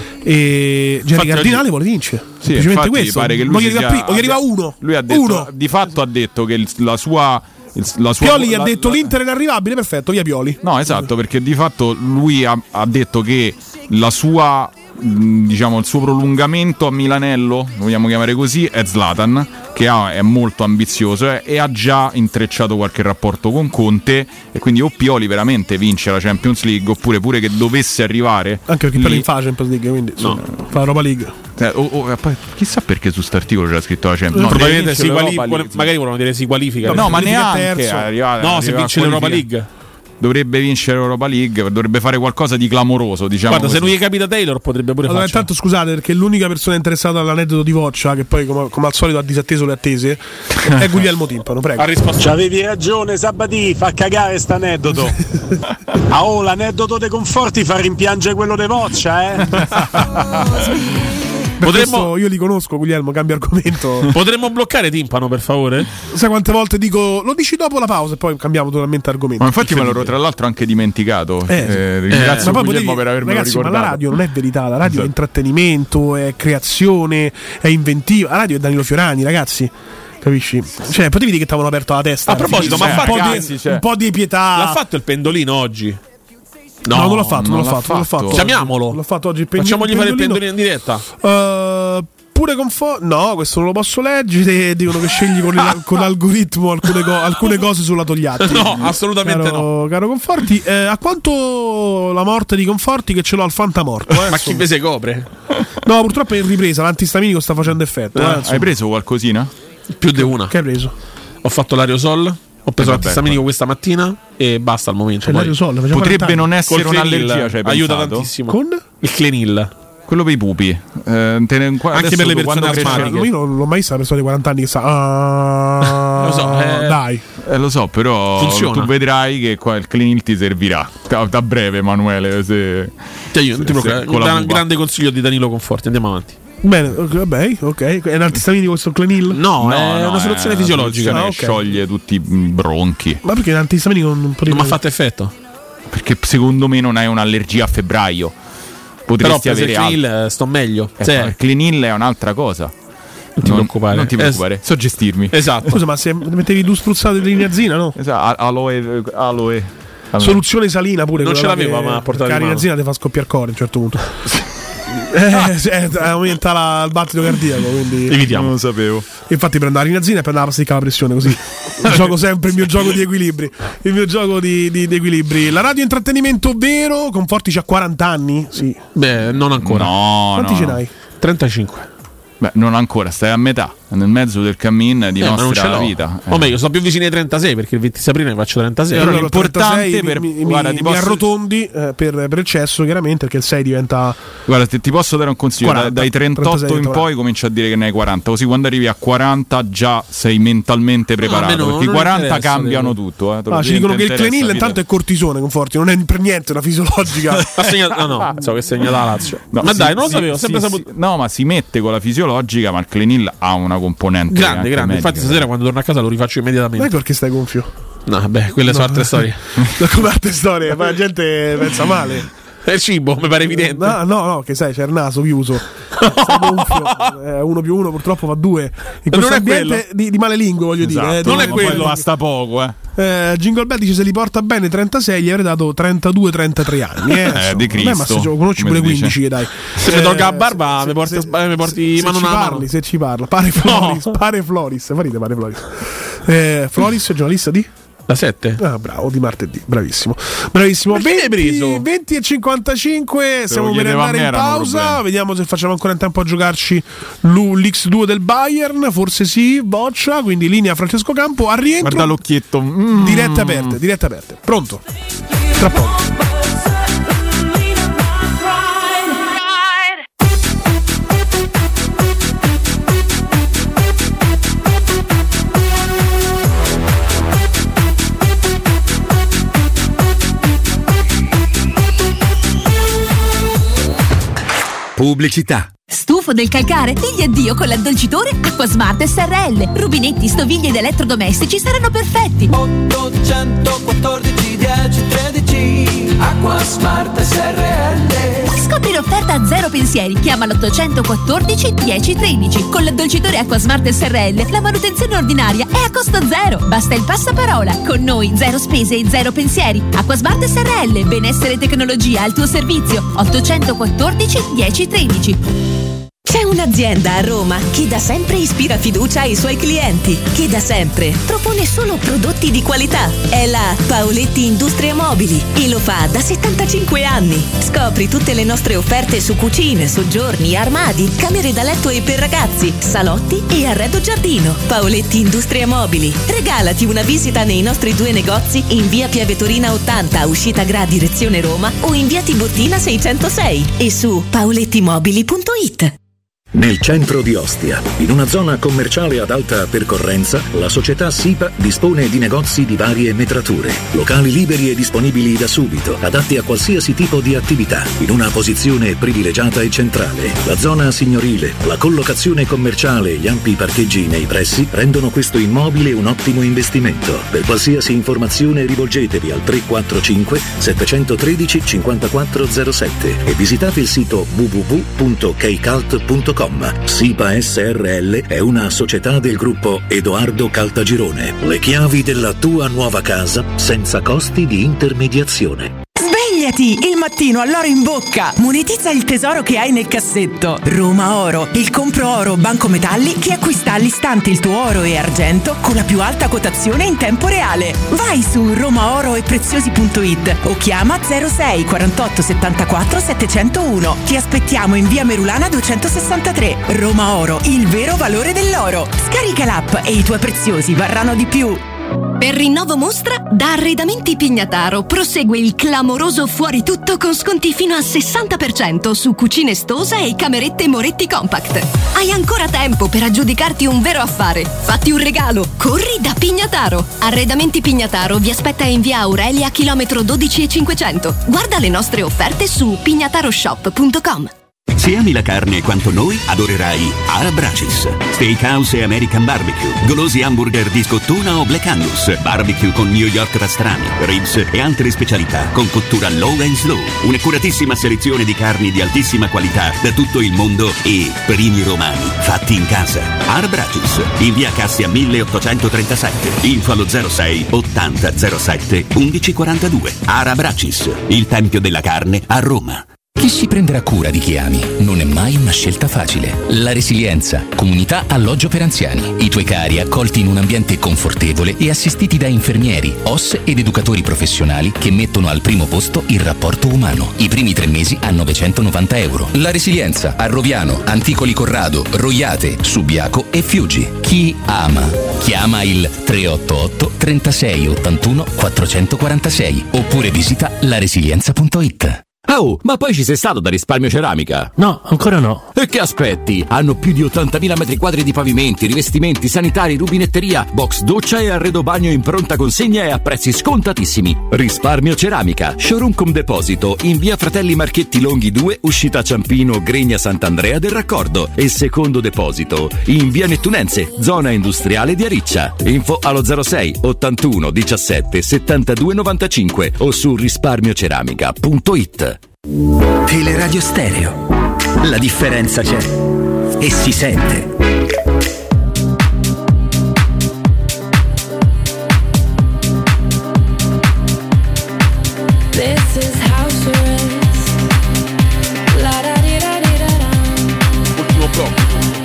E Gianni Cardinale vuole vincere, semplicemente questo. Pare che lui gli arriva uno. Lui ha detto, di fatto ha detto che la sua Pioli gli ha detto l'Inter è inarrivabile, perfetto, via Pioli. No, esatto, perché di fatto lui ha detto che la sua, diciamo, il suo prolungamento a Milanello, vogliamo chiamare così, è Zlatan, che è molto ambizioso e ha già intrecciato qualche rapporto con Conte, e quindi o Pioli veramente vince la Champions League, oppure pure che dovesse arrivare, anche perché poi fa la Champions League, quindi fa l'Europa League. Chissà perché su st'articolo c'era scritto la Champions. Probabilmente magari volevano dire si qualifica. No, ma neanche se vince l'Europa League. Dovrebbe vincere l'Europa League, dovrebbe fare qualcosa di clamoroso, diciamo. Guarda, se non gli capita Taylor potrebbe pure farlo. Intanto scusate, perché l'unica persona interessata all'aneddoto di Voccia, che poi come al solito ha disatteso le attese, è Guglielmo Timpano, prego. Ha risposto. C'avevi ragione Sabatì, fa cagare st'aneddoto. L'aneddoto dei Conforti fa rimpiangere quello di Voccia, io li conosco, Guglielmo, cambia argomento. Potremmo bloccare Timpano, per favore? Sai quante volte dico lo dici dopo la pausa e poi cambiamo totalmente argomento. Ma infatti me l'ero tra l'altro anche dimenticato. Ringrazio Guglielmo per avermelo ricordato. Ma la radio non è verità, la radio è intrattenimento, è creazione, è inventiva. La radio è Danilo Fiorani, ragazzi. Capisci? Cioè, potevi dire che ti avevano aperto la testa. A proposito, ma un po' di pietà. L'ha fatto il pendolino oggi? No, non l'ha fatto. Chiamiamolo. L'ha fatto oggi. Facciamogli fare il pendolino in diretta. Pure no, questo non lo posso leggere. Dicono che scegli con l'algoritmo alcune cose sulla Togliatti. No, assolutamente no. Caro Conforti, a quanto la morte di Conforti che ce l'ho al fantamorto? Ma chi ve se copre? No, purtroppo è in ripresa. L'antistaminico sta facendo effetto. Hai preso qualcosina? Più di una. Che hai preso? Ho fatto l'aerosol. Ho preso l'antistaminico questa mattina e basta al momento. Potrebbe non essere un'allergia, cioè, aiuta tantissimo. Con il Clenil. Quello per i pupi. Anche per le persone asmatiche. Io non l'ho mai visto una persona di 40 anni che sa. Lo so, dai. Lo so, però funziona. Tu vedrai che qua il Clenil ti servirà. Da breve, Emanuele. Io non ti preoccupare. Un grande consiglio di Danilo Conforti. Andiamo avanti. Bene, vabbè, ok. È un antistaminico questo Clenil? No, è una soluzione fisiologica. Scioglie tutti i bronchi. Ma perché l'antistaminico non mi ha fatto effetto? Perché secondo me non hai un'allergia a febbraio. Potresti avere il Clenil sto meglio. Il Clenil è un'altra cosa. Non ti preoccupare. So gestirmi. Esatto. Scusa, ma se mettevi due spruzzate di linazzina, no? Esatto, aloe. Soluzione salina pure. Non ce l'aveva, ma portare la linazzina ti fa scoppiare il cuore a un certo punto. Aumenta il battito cardiaco, quindi evitiamo. Non lo sapevo. Infatti prendo la linazzina e prendo la pasticca alla pressione, così gioco sempre il mio gioco di equilibri. Il mio gioco di equilibri. La radio intrattenimento vero. Conforti c'ha 40 anni? Sì. Beh, non ancora. No. Quanti ce n'hai? 35. Beh, non ancora, stai a metà, nel mezzo del cammin di nostra vita. O meglio, sto più vicino ai 36 perché il 26 aprile ne faccio 36. Allora, l'importante mi arrotondi per eccesso, chiaramente, perché il 6 diventa. Guarda, ti posso dare un consiglio: 40, dai 38 in 36, poi cominci a dire che ne hai 40. Così quando arrivi a 40 già sei mentalmente preparato. Perché i 40 cambiano tutto. Ci dicono che il Clenil intanto è cortisone, Conforti, non è per niente una fisiologica. No, so che segna la Lazio. No, ma dai, non lo sapevo, sempre saputo. No, ma si mette con la fisiologica, ma il Clenil ha una componente grande. Medica. Infatti stasera quando torno a casa lo rifaccio immediatamente. Ma perché stai gonfio? No, beh, quelle sono altre storie. Come altre storie, ma la gente pensa male. È il cibo, mi pare evidente. No, che sai, c'è il naso chiuso. Stai gonfio. 1 più 1 purtroppo fa 2. In questo ambiente di male lingue, voglio dire. Non è quello, basta poco, Jingle Bell dice se li porta bene 36 gli avrei dato 32-33 anni. Di Cristo. Ma se conosci pure 15 che dai. Se mi tolga la barba mi porti mano una mano. Se ci parla. Pare Floris. Farite pare Floris. Floris, giornalista di? Da 7? Ah, bravo, di martedì, bravissimo. 20 e 55, stiamo per andare in pausa. Vediamo se facciamo ancora in tempo a giocarci l'X2 del Bayern. Forse sì, boccia. Quindi linea Francesco Campo. Al rientro, guarda l'occhietto. Dirette aperte. Pronto? Tra poco. Pubblicità. Stufo del calcare? Digli addio con l'addolcitore Acquasmart SRL. Rubinetti, stoviglie ed elettrodomestici saranno perfetti. 814 10 13 Acquasmart SRL. Scopri l'offerta a zero pensieri. Chiama l'814 10 13. Con l'addolcitore Acquasmart SRL la manutenzione ordinaria è a costo zero. Basta il passaparola. Con noi zero spese e zero pensieri. Acquasmart SRL. Benessere e tecnologia al tuo servizio. 814 10 13. C'è un'azienda a Roma che da sempre ispira fiducia ai suoi clienti, che da sempre propone solo prodotti di qualità. È la Paoletti Industrie Mobili e lo fa da 75 anni. Scopri tutte le nostre offerte su cucine, soggiorni, armadi, camere da letto e per ragazzi, salotti e arredo giardino. Paoletti Industrie Mobili. Regalati una visita nei nostri 2 negozi in via Pieve Torina 80, uscita Gra direzione Roma, o in via Tiburtina 606 e su paolettimobili.it. Nel centro di Ostia, in una zona commerciale ad alta percorrenza, la società SIPA dispone di negozi di varie metrature, locali liberi e disponibili da subito, adatti a qualsiasi tipo di attività, in una posizione privilegiata e centrale. La zona signorile, la collocazione commerciale e gli ampi parcheggi nei pressi rendono questo immobile un ottimo investimento. Per qualsiasi informazione rivolgetevi al 345 713 5407 e visitate il sito www.keicalt.com. SIPA SRL è una società del gruppo Edoardo Caltagirone. Le chiavi della tua nuova casa senza costi di intermediazione. Svegliati, il mattino all'oro in bocca. Monetizza il tesoro che hai nel cassetto. Roma Oro, il compro oro Banco Metalli che acquista all'istante il tuo oro e argento con la più alta quotazione in tempo reale. Vai su romaoroepreziosi.it o chiama 06 48 74 701. Ti aspettiamo in via Merulana 263. Roma Oro, il vero valore dell'oro. Scarica l'app e i tuoi preziosi varranno di più. Per rinnovo mostra, da Arredamenti Pignataro prosegue il clamoroso fuori tutto con sconti fino al 60% su cucine Stosa e camerette Moretti Compact. Hai ancora tempo per aggiudicarti un vero affare. Fatti un regalo, corri da Pignataro. Arredamenti Pignataro vi aspetta in via Aurelia, chilometro 12,500. Guarda le nostre offerte su pignataroshop.com. Se ami la carne quanto noi, adorerai Arab Bracis, Steakhouse e American Barbecue, golosi hamburger di scottuna o Black Angus, barbecue con New York pastrami, ribs e altre specialità con cottura low and slow, un'accuratissima selezione di carni di altissima qualità da tutto il mondo e primi romani fatti in casa. Arab Bracis, in via Cassia 1837, info allo 06 80 07 1142. Arab Bracis, il tempio della carne a Roma. Chi si prenderà cura di chi ami non è mai una scelta facile. La Resilienza, comunità alloggio per anziani. I tuoi cari accolti in un ambiente confortevole e assistiti da infermieri, OS ed educatori professionali che mettono al primo posto il rapporto umano. I primi 3 mesi a €990. La Resilienza a Roviano, Anticoli Corrado, Roiate, Subiaco e Fiuggi. Chi ama? Chiama il 388 36 81 446 oppure visita laresilienza.it. Oh, ma poi ci sei stato da Risparmio Ceramica? No, ancora no. E che aspetti? Hanno più di 80.000 metri quadri di pavimenti, rivestimenti, sanitari, rubinetteria, box doccia e arredo bagno in pronta consegna e a prezzi scontatissimi. Risparmio Ceramica, showroom con deposito in via Fratelli Marchetti Longhi 2, uscita Ciampino, Gregna Sant'Andrea del Raccordo, e secondo deposito in via Nettunense, zona industriale di Ariccia. Info allo 06 81 17 72 95 o su risparmioceramica.it. Teleradio Stereo. La differenza c'è e si sente. This is house arrest. La da di da di da da. Ultimo blocco.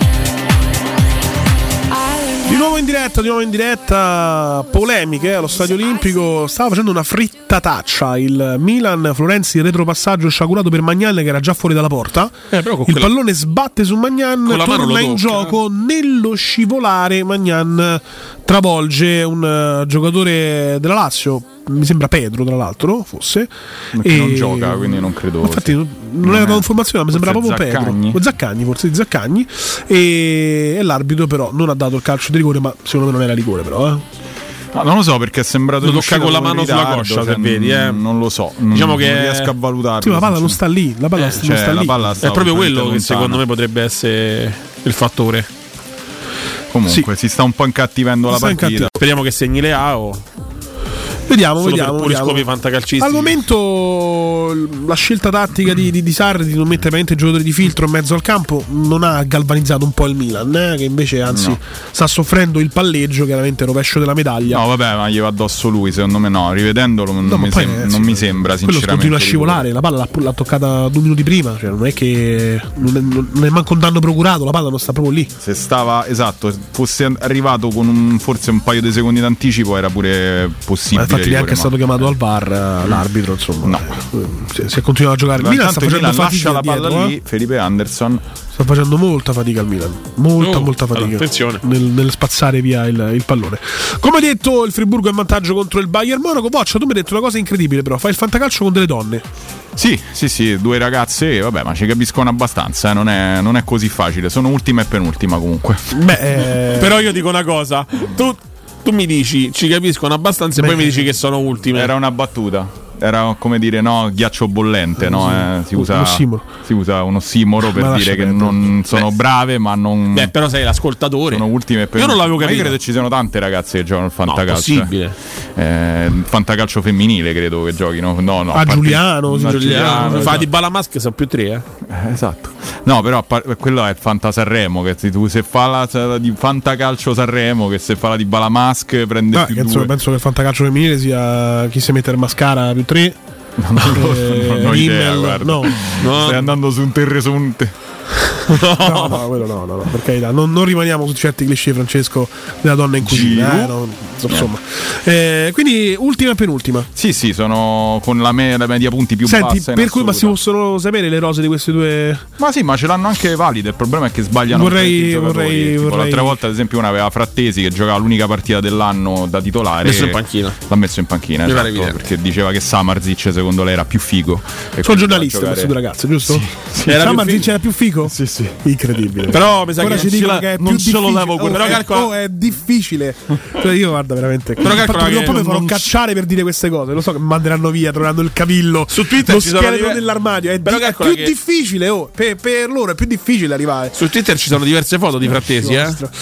Di nuovo in diretta, polemiche allo Stadio Olimpico. Stava facendo una frittataccia il Milan. Florenzi, retropassaggio sciagurato per Magnan che era già fuori dalla porta. Il pallone sbatte su Magnan, torna in gioco. Nello scivolare Magnan travolge un giocatore della Lazio, mi sembra Pedro tra l'altro fosse, perché non gioca, quindi non credo. Infatti non era informazione, mi sembrava proprio Pedro o Zaccagni, forse di Zaccagni, e l'arbitro però non ha dato il calcio di rigore, ma secondo me non era rigore però No, non lo so perché è sembrato lo tocca con la mano sulla coscia, se vedi, non lo so, diciamo che non riesco a valutarlo. Sì, la palla non sta lì, la palla non sta lì. È proprio quello che secondo me potrebbe essere il fattore. Comunque si sta un po' incattivendo la partita. Speriamo che segni Leao. Vediamo. Per scopi fantacalcistici. Al momento la scelta tattica di Sarri di non mettere veramente giocatori di filtro in mezzo al campo non ha galvanizzato un po' il Milan, che invece anzi sta soffrendo il palleggio, chiaramente rovescio della medaglia. No, vabbè, ma gli va addosso lui, secondo me no, rivedendolo non mi sembra sinceramente. Quello continua a scivolare, la palla l'ha toccata 2 minuti prima, cioè non è che non è manco un danno procurato, la palla non sta proprio lì. Se stava, esatto, fosse arrivato con forse un paio di secondi d'anticipo era pure possibile. Infatti neanche è stato chiamato al VAR l'arbitro, insomma. Si è continuato a giocare. Il Milan sta facendo fatica, lascia la palla lì, Felipe Anderson sta facendo molta fatica al Milan, molta fatica nel spazzare via il pallone. Come detto, il Friburgo è in vantaggio contro il Bayern Monaco. Voccia, tu mi hai detto una cosa incredibile, però fai il fantacalcio con delle donne. Sì, 2 ragazze, vabbè, ma ci capiscono abbastanza, non è così facile, sono ultima e penultima comunque. Però io dico una cosa, tu mi dici ci capiscono abbastanza e poi mi dici che sono ultime. Era una battuta. Era come dire ghiaccio bollente, no? Si usa un ossimoro per dire che non sono brave, ma non. Però sei l'ascoltatore. Sono ultime per. Io non l'avevo capito. Io credo ci siano tante ragazze che giocano il fantacalcio. No, possibile. Fantacalcio femminile credo che giochino. No. Giuliano. Fa di Balamask sono più 3, esatto. No, però quello è il Fanta Sanremo. Che tu se fa la di Fantacalcio Sanremo, che se fa la di Balamask prende più 2. Penso che il fantacalcio femminile sia chi si mette il mascara più 3 Non ho idea, guarda. No. Stai andando su un terresonte. No, quello no, per carità, non rimaniamo su certi cliché, Francesco, della donna in cucina, insomma. Quindi ultima e penultima. Sì, sono con la media punti più bassa. Senti, per cui ma si possono sapere le rose di queste due? Ma sì, ma ce l'hanno anche valide, il problema è che sbagliano. Vorrei. L'altra volta, ad esempio, una aveva Frattesi che giocava l'unica partita dell'anno da titolare. Messo in panchina. L'ha messo in panchina, esatto, perché diceva che Samardzic secondo lei era più figo. Sono giornalista questo due ragazze, giusto? Sì. Samardzic era più figo? Sì. Incredibile. Però mi sa ora che ci dicono che è non più ce lo levo difficile. però calcola è difficile. Io guarda veramente. Però calcola che poi mi farò cacciare per dire queste cose. Lo so che mi manderanno via, troveranno il cavillo su Twitter, lo scheletro nell'armadio. È più difficile, per loro è più difficile arrivare. Su Twitter ci sono diverse foto di Frattesi,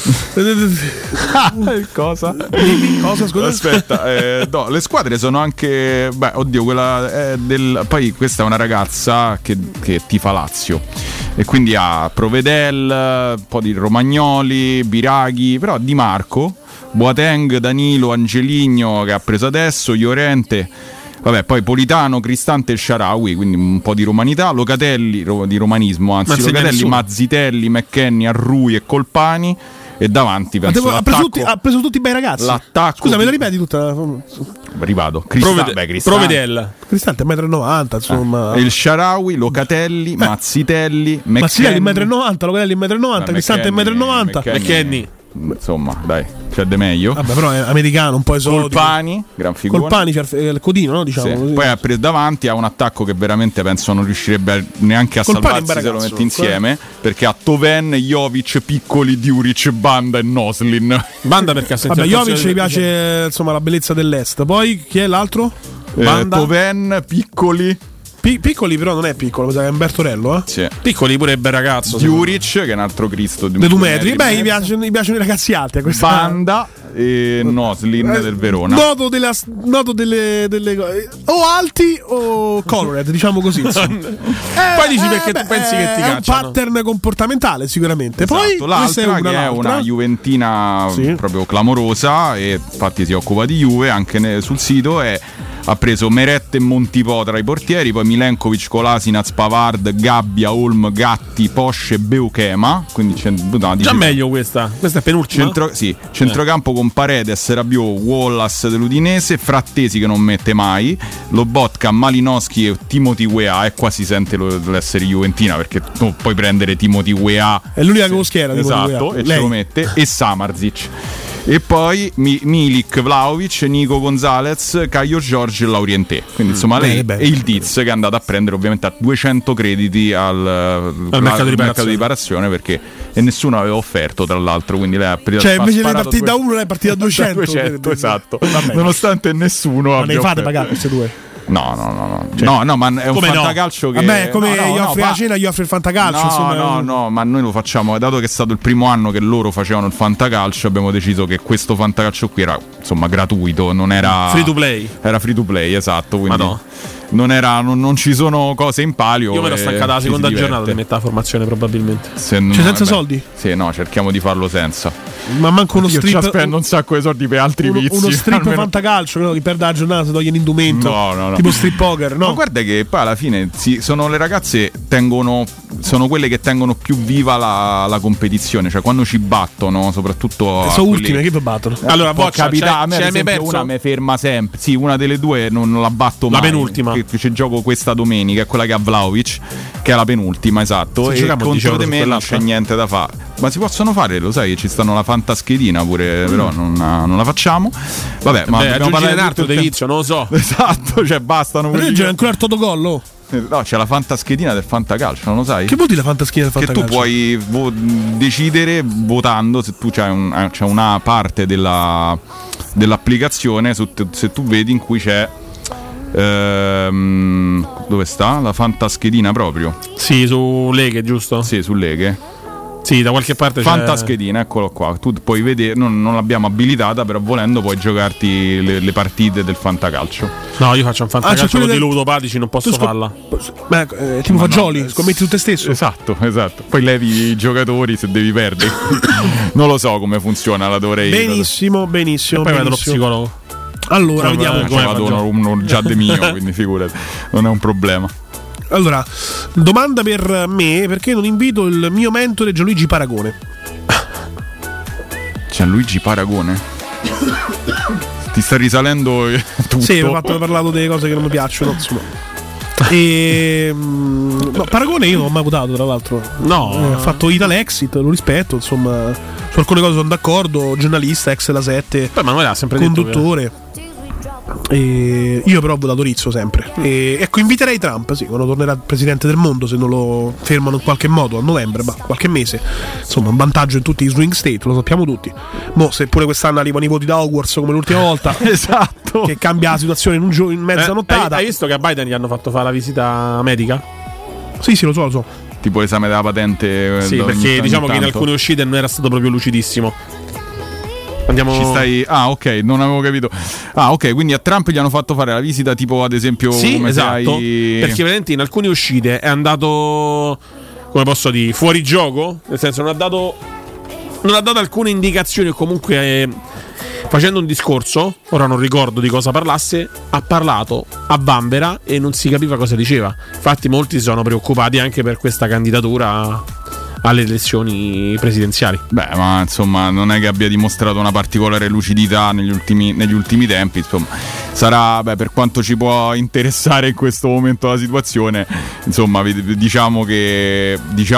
Cosa? Scusa? Aspetta, no, le squadre sono anche quella poi questa è una ragazza che tifa Lazio e quindi ha Provedel, un po' di Romagnoli, Biraghi, però Di Marco, Boateng, Danilo, Angeligno che ha preso adesso, Llorente, poi Politano, Cristante e Shaarawy, quindi un po' di romanità, Locatelli di romanismo, anzi Locatelli, Mazzitelli, McKennie, Arrui e Colpani. E davanti penso ha preso tutti i bei ragazzi. L'attacco. Scusa, me lo ripeti tutta? Rivado. Provedel. Cristante 1,90 m, insomma. Il Shaarawy, Locatelli, Mazzitelli, Mazzitelli 1,90 m, Locatelli 1,90 m, Cristante 1,90 m. McKennie. Insomma, dai, c'è de meglio. Però è americano, un po' esotico. Colpani, gran figura. Colpani c'è il codino, no? Diciamo sì. Così. Poi ha preso davanti a un attacco che veramente penso non riuscirebbe neanche a Colpani salvarsi se lo metti insieme. Perché ha Toven, Jovic, Piccoli, Diuric, Banda e Noslin. Banda perché ha sentito Jovic gli piace insomma la bellezza dell'est. Poi chi è l'altro? Banda. Toven, Piccoli. Piccoli però non è piccolo, mi sa che è Umberto Rello, Sì. Piccoli pure è bel ragazzo. Diuric, che è un altro Cristo di 2 metri. Gli piacciono i ragazzi alti a questa. Banda e Noslin del Verona. Noto delle o alti o colored, diciamo così. Poi dici perché tu pensi che ti cacciano. È un pattern comportamentale sicuramente. Esatto. Poi l'altra è una juventina proprio clamorosa e infatti si occupa di Juve anche sul sito ha preso Meret e Montipò tra i portieri, poi Milenkovic, Kolasinac, Pavard, Gabbia, Olm, Gatti, Posce e Beuchema. Quindi già meglio questa è penultima. Centrocampo con Paredes, Rabiot, Wallace dell'Udinese, Frattesi che non mette mai, Lobotka, Malinowski e Timothy Weah. E qua si sente l'essere juventina perché non puoi prendere Timothy Weah, è l'unica che lo schiera, esatto, e ce lo mette, e Samardzic. E poi Milik, Vlahovic, Nico Gonzalez, Caio Giorgi e Laurientè. Quindi insomma lei e il Diz che è andato a prendere ovviamente a 200 crediti al mercato di riparazione perché nessuno aveva offerto tra l'altro. Quindi lei ha preso, cioè invece di partire da 1 lei è partita da 200. Esatto. Nonostante nessuno ma ne fate pagare queste due? No, ma è un fantacalcio che vabbè, come gli offre la cena, gli offre il fantacalcio. No, ma noi lo facciamo, dato che è stato il primo anno che loro facevano il fantacalcio, abbiamo deciso che questo fantacalcio qui era insomma gratuito, non era free to play. Era free to play, esatto, quindi non ci sono cose in palio. Io me l'ho staccata la seconda giornata di metà formazione probabilmente. Senza soldi? Sì, no, cerchiamo di farlo senza. Ma manco uno strip. Io ci spendo un sacco di soldi per altri vizi. Uno strip fantacalcio, no? Chi perde la giornata si toglie l'indumento. No. Tipo strip poker, no? Ma guarda che poi alla fine sono le ragazze sono quelle che tengono più viva la competizione, cioè quando ci battono, soprattutto sono ultime che battono. Allora può capitare, a me ad esempio una mi ferma sempre. Sì, una delle due non la batto mai. La penultima. Che ci gioco questa domenica, è quella che ha Vlahovic, che è la penultima, esatto. E contro di me non c'è niente da fare. Ma si possono fare, lo sai, ci stanno la fantaschedina pure, però non la facciamo. Vabbè, ma dobbiamo parlare un altro vizio, non lo so. Esatto, cioè bastano quelli. C'è ancora il Totogollo. No, c'è la fantaschedina del fantacalcio, non lo sai? Che vuol dire la fantaschina del fantacalcio? Che tu puoi decidere votando se tu c'è una parte dell'applicazione, se tu vedi in cui c'è dove sta? La fantaschedina proprio. Sì, su Leghe, giusto? Sì, su Leghe. Sì, da qualche parte fantaschedina, eccolo qua. Tu puoi vedere, non l'abbiamo abilitata, però volendo puoi giocarti le partite del fantacalcio. No, io faccio un fantacalcio con dei ludopatici, non posso farla. Beh, tipo fagioli, scommetti su te stesso. Esatto. Poi levi i giocatori se devi perdere. Non lo so come funziona, la dovrei. Benissimo. E poi vado allo psicologo. Allora, vediamo come vado uno già de mio, quindi figurati, non è un problema. Allora, domanda per me, perché non invito il mio mentore Gianluigi Paragone? Gianluigi Paragone? Ti sta risalendo tutto? Sì, ho parlato delle cose che non mi piacciono, insomma. No, Paragone io non ho mai votato, tra l'altro. No, ha fatto Italexit, lo rispetto, insomma. Su alcune cose sono d'accordo, giornalista, ex La 7, ma non l'ha sempre conduttore. Detto E io però ho votato Rizzo sempre. E ecco, inviterei Trump, sì, quando tornerà presidente del mondo, se non lo fermano in qualche modo a novembre, qualche mese. Insomma, un vantaggio in tutti i swing state, lo sappiamo tutti. Mo, se pure quest'anno arrivano i voti da Hogwarts come l'ultima volta, esatto, che cambia la situazione in mezza nottata. Hai visto che a Biden gli hanno fatto fare la visita medica? Sì, lo so. Tipo l'esame della patente. Sì, perché diciamo che in alcune uscite non era stato proprio lucidissimo. Andiamo... Ci stai... Ah, ok, non avevo capito. Ah, ok, quindi a Trump gli hanno fatto fare la visita tipo ad esempio... Sì, come esatto, perché veramente in alcune uscite è andato, come posso dire, fuori gioco, nel senso non ha dato alcune indicazioni o comunque facendo un discorso, ora non ricordo di cosa parlasse, ha parlato a vanvera e non si capiva cosa diceva. Infatti molti si sono preoccupati anche per questa candidatura alle elezioni presidenziali. Beh, ma insomma non è che abbia dimostrato una particolare lucidità negli ultimi tempi, insomma. Sarà, per quanto ci può interessare in questo momento la situazione, insomma, diciamo che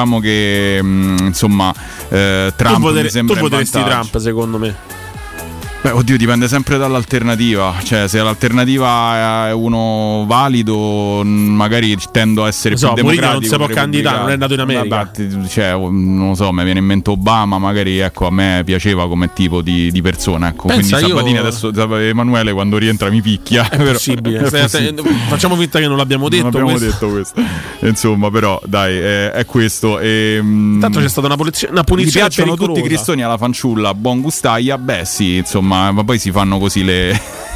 insomma Trump mi sembra tu voteresti Trump, secondo me. Beh, oddio, dipende sempre dall'alternativa. Cioè, se l'alternativa è uno valido, magari tendo a essere più democratico. Non si può candidare, non è nato in America. Cioè, non lo so, mi viene in mente Obama, magari, ecco, a me piaceva come tipo di persona, ecco. Pensa, quindi Sabatini adesso Emanuele quando rientra mi picchia. È possibile. Facciamo finta che non l'abbiamo detto. Non abbiamo detto questo. Insomma, però, dai, è questo. Tanto c'è stata una punizione. Mi piacciono tutti i cristoni alla fanciulla, buon gustaia. Beh, sì, insomma. Ma poi si fanno così le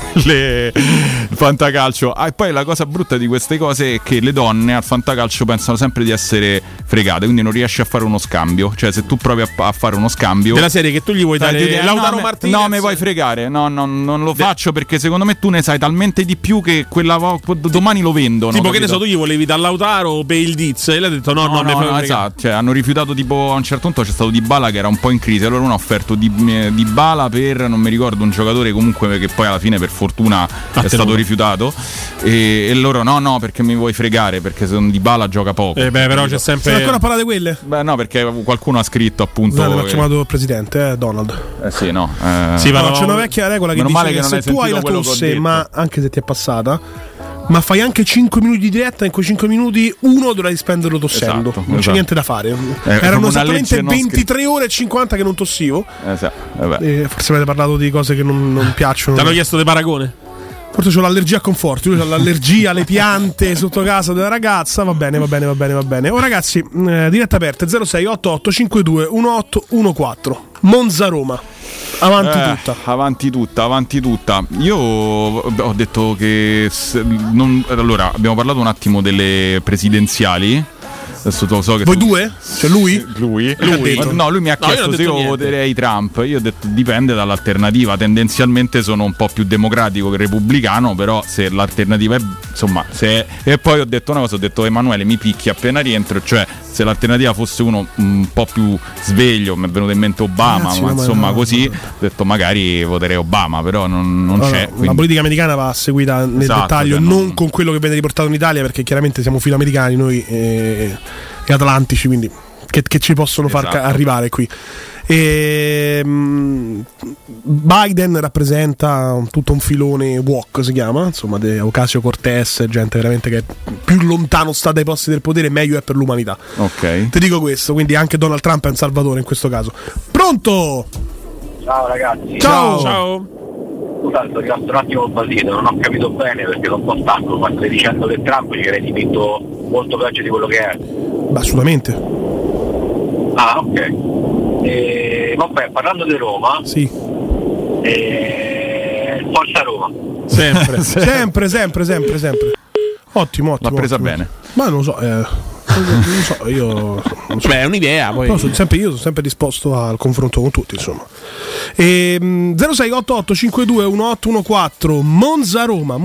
fantacalcio. E poi la cosa brutta di queste cose è che le donne al fantacalcio pensano sempre di essere fregate, quindi non riesci a fare uno scambio. Cioè, se tu provi a fare uno scambio della serie che tu gli vuoi dare Lautaro Martinez, no, mi vuoi fregare, no, non lo faccio, perché secondo me tu ne sai talmente di più che domani lo vendono. Tipo, capito? Che ne so, tu gli volevi dare Lautaro o per il Diz e lei ha detto no, esatto. Cioè, hanno rifiutato, tipo a un certo punto c'è stato Dybala che era un po' in crisi, allora uno ha offerto Dybala per, non mi ricordo, un giocatore comunque che poi alla fine per fortuna è stato rifiutato, e loro no, perché mi vuoi fregare, perché se Dybala gioca poco. Però c'è sempre. Sono ancora parlare di quelle? Beh, no, perché qualcuno ha scritto appunto. Mi ha chiamato il presidente, Donald. Sì, no. Sì, ma c'è una vecchia regola che dice che se tu hai la tosse, ma anche se ti è passata, ma fai anche 5 minuti di diretta, in quei 5 minuti uno dovrai spenderlo tossendo. Non c'è niente da fare. Erano esattamente 23 ore e 50 che non tossivo. Forse avete parlato di cose che non piacciono. Ti hanno chiesto di Paragone? Forse ho l'allergia a conforti. Lui ha l'allergia alle piante sotto casa della ragazza. Va bene. Oh, ragazzi, diretta aperta 0688 52 1814. Monza Roma. Avanti tutta. Io ho detto che allora abbiamo parlato un attimo delle presidenziali. Adesso lo so che voi due? Cioè lui? Lui mi ha chiesto se io voterei Trump. Io ho detto dipende dall'alternativa. Tendenzialmente sono un po' più democratico che repubblicano, però se l'alternativa è, insomma, e poi ho detto una cosa, ho detto Emanuele mi picchi appena rientro, cioè se l'alternativa fosse uno un po' più sveglio, mi è venuto in mente Obama, ma insomma così, ho detto magari voterei Obama, però non c'è. Quindi... La politica americana va seguita nel dettaglio, non con quello che viene riportato in Italia, perché chiaramente siamo filoamericani noi e atlantici, quindi che ci possono far arrivare qui. Biden rappresenta tutto un filone woke, si chiama, insomma, Ocasio-Cortez, gente veramente che più lontano sta dai posti del potere meglio è per l'umanità. Ok, ti dico questo, quindi anche Donald Trump è un salvatore in questo caso. Pronto? Ciao ragazzi. Ciao. Scusate, sono rimasto un attimo basito, non ho capito bene perché sono un po' stanco, ma stai dicendo che Trump ci viene dipinto molto peggio di quello che è? Beh, assolutamente. Ah, ok. Vabbè, parlando di Roma, sì. Forza Roma. Sempre. Ottimo. L'ha presa bene. Ma non lo so. Non so, io beh, è un'idea, poi. No, sono sempre disposto al confronto con tutti, insomma. 0688 52 1814 Monza Roma.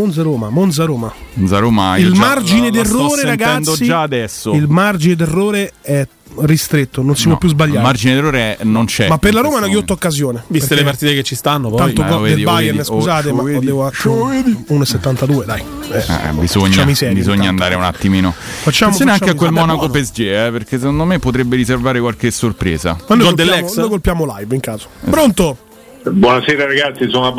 Il margine d'errore, ragazzi, già adesso. Il margine d'errore è ristretto, non si può più sbagliare. Il margine d'errore non c'è. Ma per la Roma è una ghiotta occasione. Viste le partite che ci stanno, poi. Tanto gol del Bayern, scusate, ma devo 1,72, dai. Bisogna andare un attimino. Facciamo anche a quel Monaco PSG, perché secondo me potrebbe riservare qualche sorpresa. Ma noi colpiamo live in caso. Pronto? Buonasera ragazzi, sono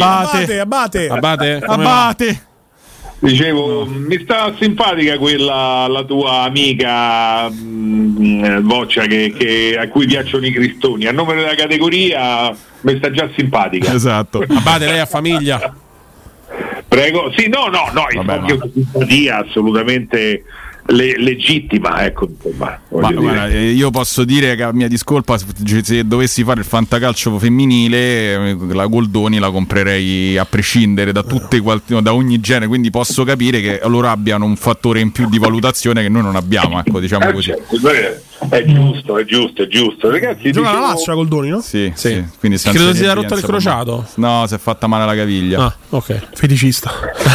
Abate. Dicevo, mi sta simpatica quella, la tua amica Boccia a cui piacciono i cristoni. A nome della categoria mi sta già simpatica. Esatto. Abate, lei ha famiglia? Prego. Sì, no, simpatia assolutamente legittima, ecco. Guarda, io posso dire che a mia discolpa, se dovessi fare il fantacalcio femminile, la Goldoni la comprerei a prescindere da ogni genere, quindi posso capire che loro abbiano un fattore in più di valutazione che noi non abbiamo, ecco, diciamo così. È giusto. Ragazzi, gioca la Lazio Goldoni, no? Sì. Quindi credo si sia rotto il crociato. No, si è fatta male la caviglia. Ah, ok. Feticista.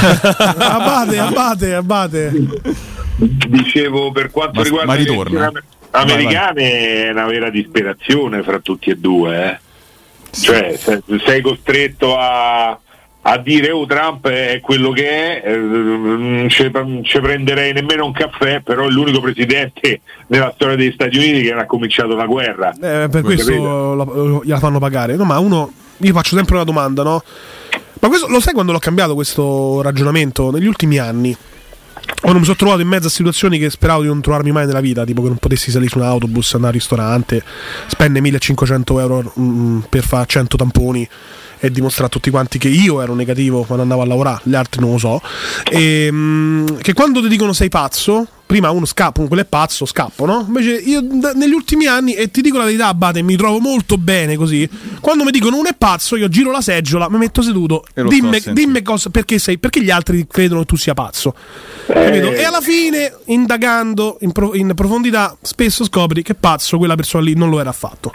Abate. Dicevo, per quanto riguarda le americane, è una vera disperazione fra tutti e due, Cioè, sei costretto a dire Trump è quello che è, non ci prenderei nemmeno un caffè, però è l'unico presidente nella storia degli Stati Uniti che non ha cominciato la guerra. Per questo gliela fanno pagare. No, ma io faccio sempre una domanda, no? Ma questo, lo sai quando l'ho cambiato questo ragionamento? Negli ultimi anni. Quando mi sono trovato in mezzo a situazioni che speravo di non trovarmi mai nella vita, tipo che non potessi salire su un autobus, andare al ristorante, spendere 1.500 euro per fare 100 tamponi e dimostrare a tutti quanti che io ero negativo quando andavo a lavorare, gli altri non lo so, e che quando ti dicono sei pazzo, prima uno scappa, quello è pazzo, scappo, no? Invece io negli ultimi anni, e ti dico la verità, Abate, mi trovo molto bene così, quando mi dicono uno è pazzo, io giro la seggiola, mi metto seduto, dimmi cosa, perché gli altri credono che tu sia pazzo, capito? E alla fine, indagando in profondità, spesso scopri che pazzo quella persona lì non lo era affatto.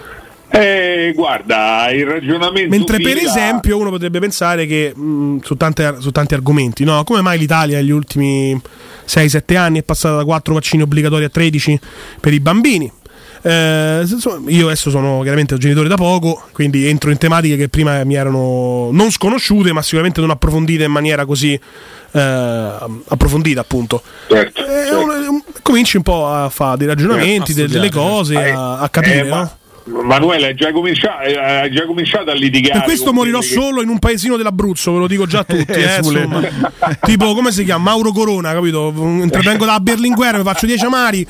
Guarda, il ragionamento. Mentre per esempio uno potrebbe pensare che su tanti argomenti, no? Come mai l'Italia negli ultimi 6-7 anni è passata da 4 vaccini obbligatori a 13 per i bambini? Io adesso sono chiaramente un genitore da poco, quindi entro in tematiche che prima mi erano non sconosciute, ma sicuramente non approfondite in maniera così approfondita, appunto. Certo. Cominci un po' a fare dei ragionamenti, delle cose, a capire, no? Manuele, hai già cominciato a litigare. Per questo morirò solo in un paesino dell'Abruzzo, ve lo dico già a tutti. Tipo, come si chiama? Mauro Corona, capito? Intervengo da Berlinguer, mi faccio 10 amari.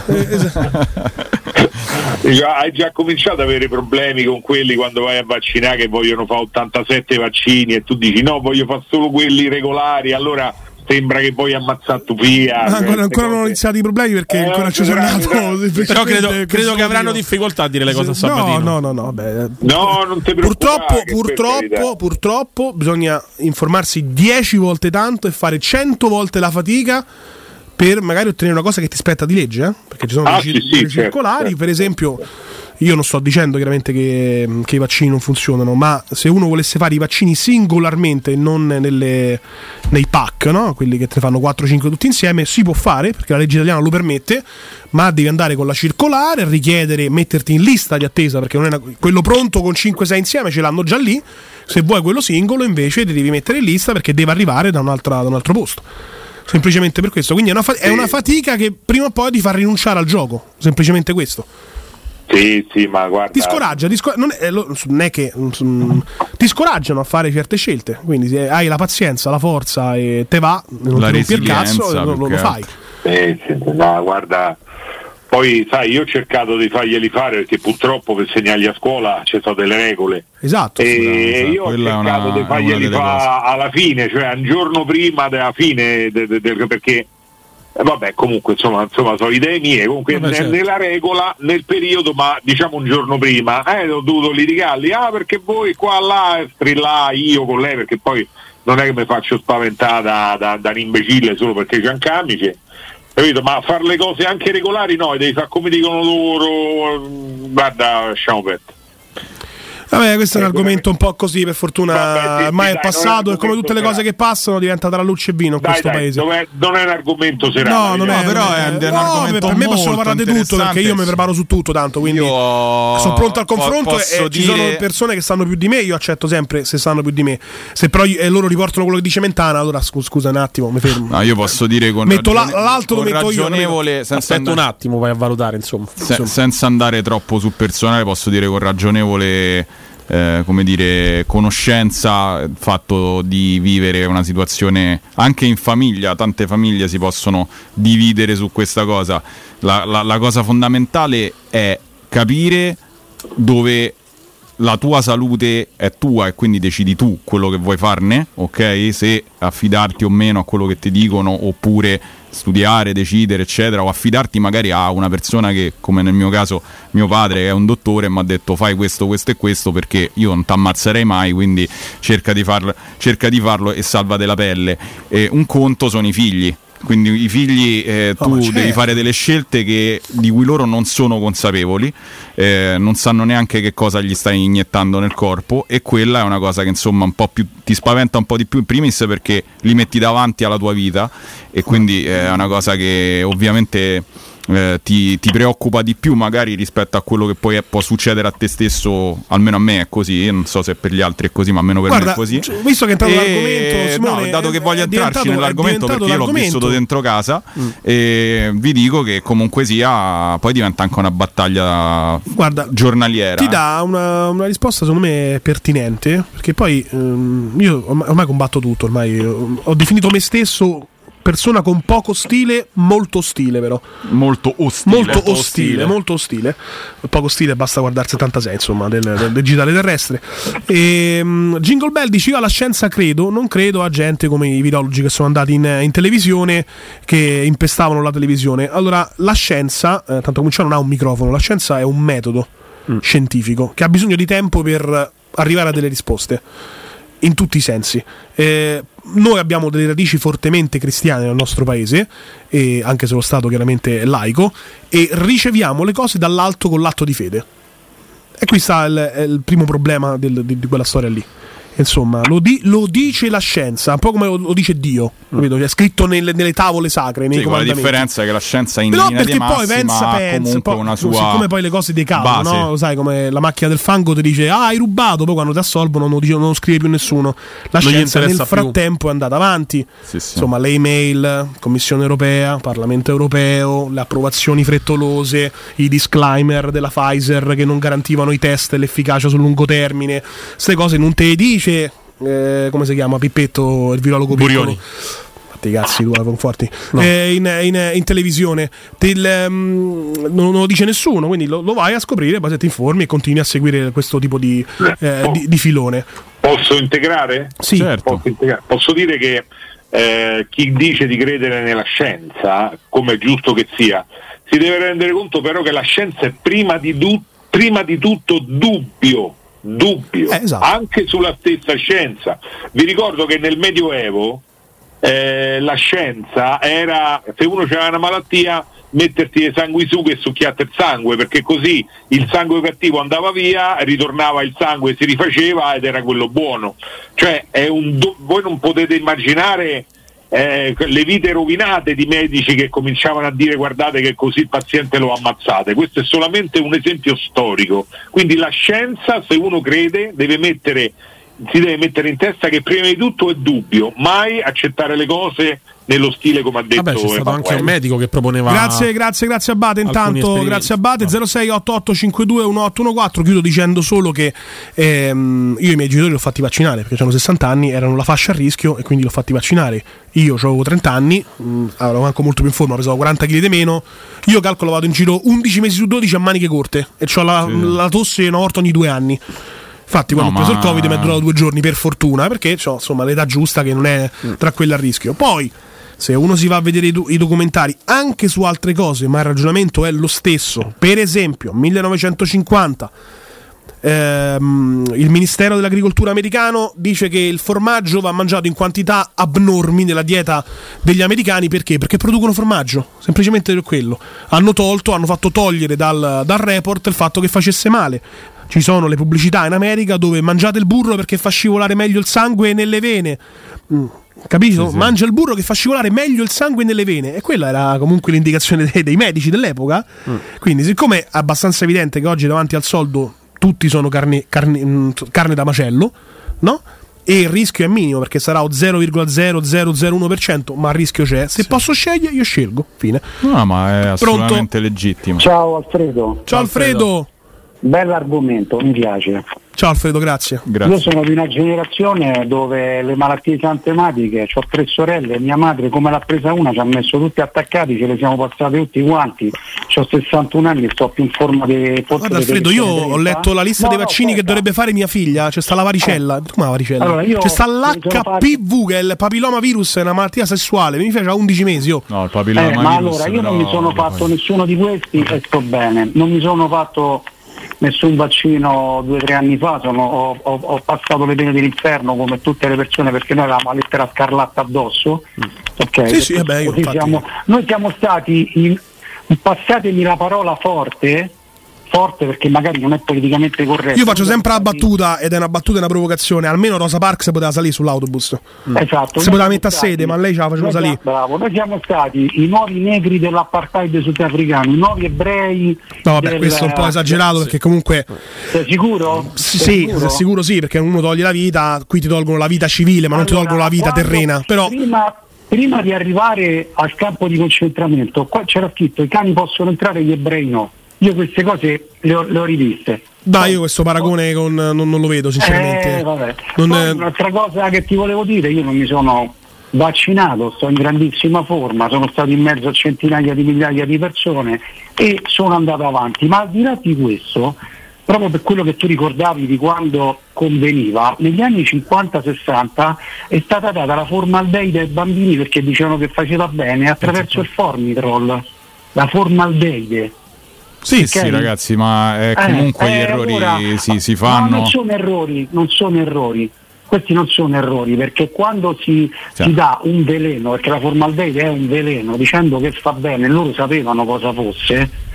Hai già cominciato ad avere problemi con quelli quando vai a vaccinare che vogliono fare 87 vaccini e tu dici no, voglio fare solo quelli regolari, allora sembra che vuoi ammazzare tu via. Ancora non ho iniziato i problemi perché ancora ci sono nato. Però credo che avranno difficoltà a dire le cose a Sabatino. No, vabbè. No, non ti preoccupare. Purtroppo bisogna informarsi 10 volte tanto e fare 100 volte la fatica per magari ottenere una cosa che ti spetta di legge, perché ci sono dei circolari, certo. Per esempio. Io non sto dicendo chiaramente che i vaccini non funzionano, ma se uno volesse fare i vaccini singolarmente e non nei pack, no? Quelli che te ne fanno 4-5 tutti insieme, si può fare perché la legge italiana lo permette, ma devi andare con la circolare, richiedere, metterti in lista di attesa, perché non è quello pronto con 5-6 insieme ce l'hanno già lì. Se vuoi quello singolo invece ti devi mettere in lista perché deve arrivare da un altro posto. Semplicemente per questo, quindi è una fatica che prima o poi ti fa rinunciare al gioco, semplicemente questo. Sì, ma guarda. Ti scoraggia, non è che ti scoraggiano a fare certe scelte. Quindi se hai la pazienza, la forza e te va, non ti rompi il cazzo, lo fai. No, guarda. Poi sai, io ho cercato di farglieli fare perché purtroppo per segnarli a scuola ci sono delle regole. Esatto. E io ho cercato di farglieli fare alla fine, cioè un giorno prima della fine perché vabbè, comunque insomma sono idee mie, comunque nella regola, nel periodo, ma diciamo un giorno prima ho dovuto litigarli, perché voi qua là strillare io con lei, perché poi non è che mi faccio spaventare da un imbecille solo perché c'è un camice, capito? Ma fare le cose anche regolari no, devi fare come dicono loro, guarda, lasciamo perdere. Vabbè, questo è un argomento un po' così, per fortuna ormai è passato e come tutte le cose che passano diventa tra luce e vino in questo paese. Non è un argomento serale. No, non è, però è un argomento per me possono parlare di tutto, perché io mi preparo su tutto tanto, quindi sono pronto al confronto e ci sono persone che sanno più di me, io accetto sempre se sanno più di me. Se però loro riportano quello che dice Mentana, allora scusa un attimo, mi fermo. No, io posso dire con l'altro lo metto ragionevole, io. Aspetta un attimo, vai a valutare, insomma. Senza andare troppo sul personale, posso dire con ragionevole come dire, conoscenza, il fatto di vivere una situazione anche in famiglia. Tante famiglie si possono dividere su questa cosa. La cosa fondamentale è capire dove la tua salute è tua e quindi decidi tu quello che vuoi farne, ok? Se affidarti o meno a quello che ti dicono, oppure studiare, decidere, eccetera, o affidarti magari a una persona che, come nel mio caso mio padre è un dottore e mi ha detto fai questo, questo e questo, perché io non ti ammazzerei mai, quindi cerca di farlo e salvate la pelle. Un conto sono i figli. Quindi i figli tu devi fare delle scelte di cui loro non sono consapevoli, non sanno neanche che cosa gli stai iniettando nel corpo, e quella è una cosa che insomma un po' più ti spaventa un po' di più, in primis perché li metti davanti alla tua vita, e quindi è una cosa che ovviamente ti preoccupa di più magari rispetto a quello che poi può succedere a te stesso. Almeno a me è così, non so se per gli altri è così, ma almeno per me è così. Visto che è entrato l'argomento, Simone, no, dato che voglio entrarci nell'argomento, perché io l'ho vissuto dentro casa, e vi dico che comunque sia poi diventa anche una battaglia giornaliera. Ti dà una risposta secondo me pertinente, perché poi io ormai combatto tutto, ormai ho definito me stesso persona con poco stile, molto ostile però. Molto ostile. Poco stile, basta guardare 76 insomma del digitale terrestre. Jingle Bell dice: io alla scienza credo, non credo a gente come i virologi che sono andati in televisione, che impestavano la televisione. Allora la scienza, tanto cominciare non ha un microfono, la scienza è un metodo scientifico che ha bisogno di tempo per arrivare a delle risposte in tutti i sensi. Noi abbiamo delle radici fortemente cristiane nel nostro paese, e anche se lo Stato chiaramente è laico, e riceviamo le cose dall'alto con l'atto di fede. E qui sta il primo problema di quella storia lì. Insomma, lo dice la scienza, un po' come lo dice Dio, capito? È scritto nelle tavole sacre, nei comandamenti. La differenza è che la scienza in linea di massima ha comunque una sua siccome poi le cose decadono, no? Lo sai, come la macchina del fango ti dice hai rubato, poi quando ti assolvono non lo scrive più nessuno. La scienza nel frattempo è andata avanti. Sì. Insomma, le email, Commissione Europea, Parlamento Europeo, le approvazioni frettolose, i disclaimer della Pfizer che non garantivano i test e l'efficacia sul lungo termine. Queste cose non te le dice come si chiama Pippetto, il virologo Burioni. Fatti i cazzi tua conforti, no. In televisione non lo dice nessuno, quindi lo vai a scoprire, poi se ti informi e continui a seguire questo tipo di filone. Posso integrare? Sì, certo. Posso dire che chi dice di credere nella scienza, come è giusto che sia, si deve rendere conto però che la scienza è prima di tutto dubbio, esatto. Anche sulla stessa scienza. Vi ricordo che nel Medioevo la scienza era, se uno aveva una malattia, metterti le sanguisughe e succhiate il sangue, perché così il sangue cattivo andava via, ritornava il sangue, si rifaceva ed era quello buono. Cioè voi non potete immaginare le vite rovinate di medici che cominciavano a dire guardate che così il paziente lo ammazzate. Questo è solamente un esempio storico. Quindi la scienza, se uno crede, si deve mettere in testa che prima di tutto è dubbio, mai accettare le cose nello stile come ha detto. Vabbè, c'è stato anche un medico che proponeva. Grazie Abate. Intanto grazie Abate. 0688521814. Chiudo dicendo solo che io i miei genitori li ho fatti vaccinare perché hanno 60 anni, erano la fascia a rischio e quindi li ho fatti vaccinare. Io avevo 30 anni, ero anche molto più in forma, pesavo 40 kg di meno. Io calcolo vado in giro 11 mesi su 12 a maniche corte e ho la tosse una volta ogni 2 anni. Infatti quando ho preso il Covid mi è durato 2 giorni, per fortuna, perché ho insomma l'età giusta che non è tra quelle a rischio. Poi se uno si va a vedere i documentari anche su altre cose, ma il ragionamento è lo stesso, per esempio 1950 il Ministero dell'Agricoltura americano dice che il formaggio va mangiato in quantità abnormi nella dieta degli americani. Perché? Perché producono formaggio, semplicemente per quello. Hanno fatto togliere dal report il fatto che facesse male. Ci sono le pubblicità in America dove mangiate il burro perché fa scivolare meglio il sangue nelle vene. Capito? Sì. Mangia il burro che fa scivolare meglio il sangue nelle vene. E quella era comunque l'indicazione dei medici dell'epoca. Quindi, siccome è abbastanza evidente che oggi davanti al soldo tutti sono carne da macello, no? E il rischio è minimo perché sarà 0,0001%, ma il rischio c'è. Se posso scegliere, io scelgo. Fine. No, ma è assolutamente legittimo. Ciao Alfredo. Ciao Alfredo. Bell'argomento, mi piace. Ciao Alfredo, grazie. Io sono di una generazione dove le malattie tematiche, ho 3 sorelle, mia madre come l'ha presa una ci ha messo tutti attaccati, ce le siamo passate tutti quanti. Ho 61 anni e sto più in forma di... Guarda Alfredo, io ho letto la lista dei vaccini che dovrebbe fare mia figlia. C'è sta la varicella. Come la varicella? Allora, c'è sta l'HPV, che è il papillomavirus, è una malattia sessuale. Mi fece a 11 mesi. No, il papillomavirus. Ma allora, io non mi sono fatto nessuno di questi e sto bene. Non mi sono fatto nessun vaccino 2 o 3 anni fa, ho passato le pene dell'inferno come tutte le persone, perché noi avevamo la lettera scarlatta addosso. Okay? Sì, vabbè, noi siamo stati passatemi la parola forte perché magari non è politicamente corretto. Io faccio sempre la battuta, ed è una battuta e una provocazione. Almeno Rosa Parks poteva salire sull'autobus. Esatto. Si poteva mettere a sede, ma lei ce la faceva salire. Bravo, noi siamo stati i nuovi negri dell'apartheid sudafricano, i nuovi ebrei. No, vabbè, questo è un po' esagerato perché comunque. Sei sicuro? Sì, sicuro sì, perché uno toglie la vita, qui ti tolgono la vita civile, ma non ti tolgono la vita terrena. Però prima di arrivare al campo di concentramento, qua c'era scritto: i cani possono entrare, gli ebrei no. Io queste cose le ho riviste. Dai, io questo paragone non lo vedo sinceramente. Un'altra cosa che ti volevo dire, io non mi sono vaccinato, sto in grandissima forma, sono stato in mezzo a centinaia di migliaia di persone e sono andato avanti, ma al di là di questo, proprio per quello che tu ricordavi di quando conveniva, negli anni 50-60 è stata data la formaldeide ai bambini perché dicevano che faceva bene attraverso il Formitrol, la formaldeide. Sì, okay. Sì, ragazzi, ma comunque gli errori allora, si fanno. No, non sono errori. Questi non sono errori, perché quando si dà un veleno, perché la formaldeide è un veleno, dicendo che fa bene, loro sapevano cosa fosse.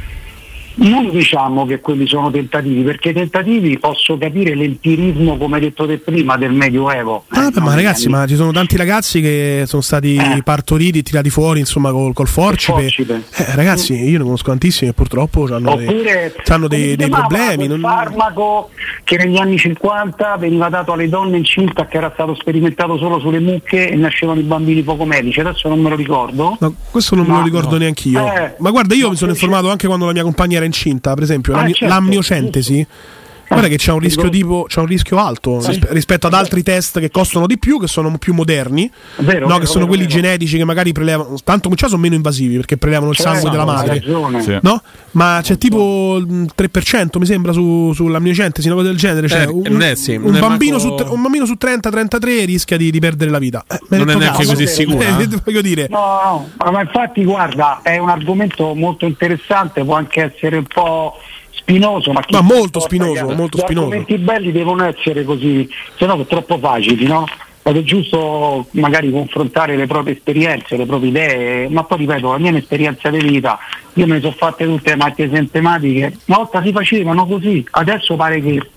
Non diciamo che quelli sono tentativi, perché i tentativi posso capire l'empirismo, come hai detto te prima, del Medioevo. Ma ragazzi, ma ci sono tanti ragazzi che sono stati partoriti, tirati fuori, insomma, col forcipe. Ragazzi, io ne conosco tantissimi che purtroppo hanno dei problemi. Un farmaco che negli anni 50 veniva dato alle donne incinte, che era stato sperimentato solo sulle mucche e nascevano i bambini poco medici. Adesso non me lo ricordo. No, questo non me lo ricordo neanche io. Ma guarda, io mi sono informato anche quando la mia compagna era incinta, per esempio, l'amniocentesi. Guarda che c'è un rischio alto rispetto ad altri test che costano di più, che sono più moderni, che sono quelli genetici che magari prelevano, tanto sono meno invasivi perché prelevano il sangue della madre, no? Ma c'è tipo il 3% mi sembra sull'amniocentesi, una cosa del genere, cioè un bambino su 30-33 rischia di perdere la vita. Non è neanche così sicuro. Voglio dire. No, ma infatti guarda, è un argomento molto interessante, può anche essere un po' spinoso, ma molto spinoso. Gli argomenti belli devono essere così, se no è troppo facili, no? È giusto magari confrontare le proprie esperienze, le proprie idee, ma poi ripeto, la mia esperienza di vita, io me ne sono fatte tutte le malattie tematiche, una volta si facevano così, adesso pare che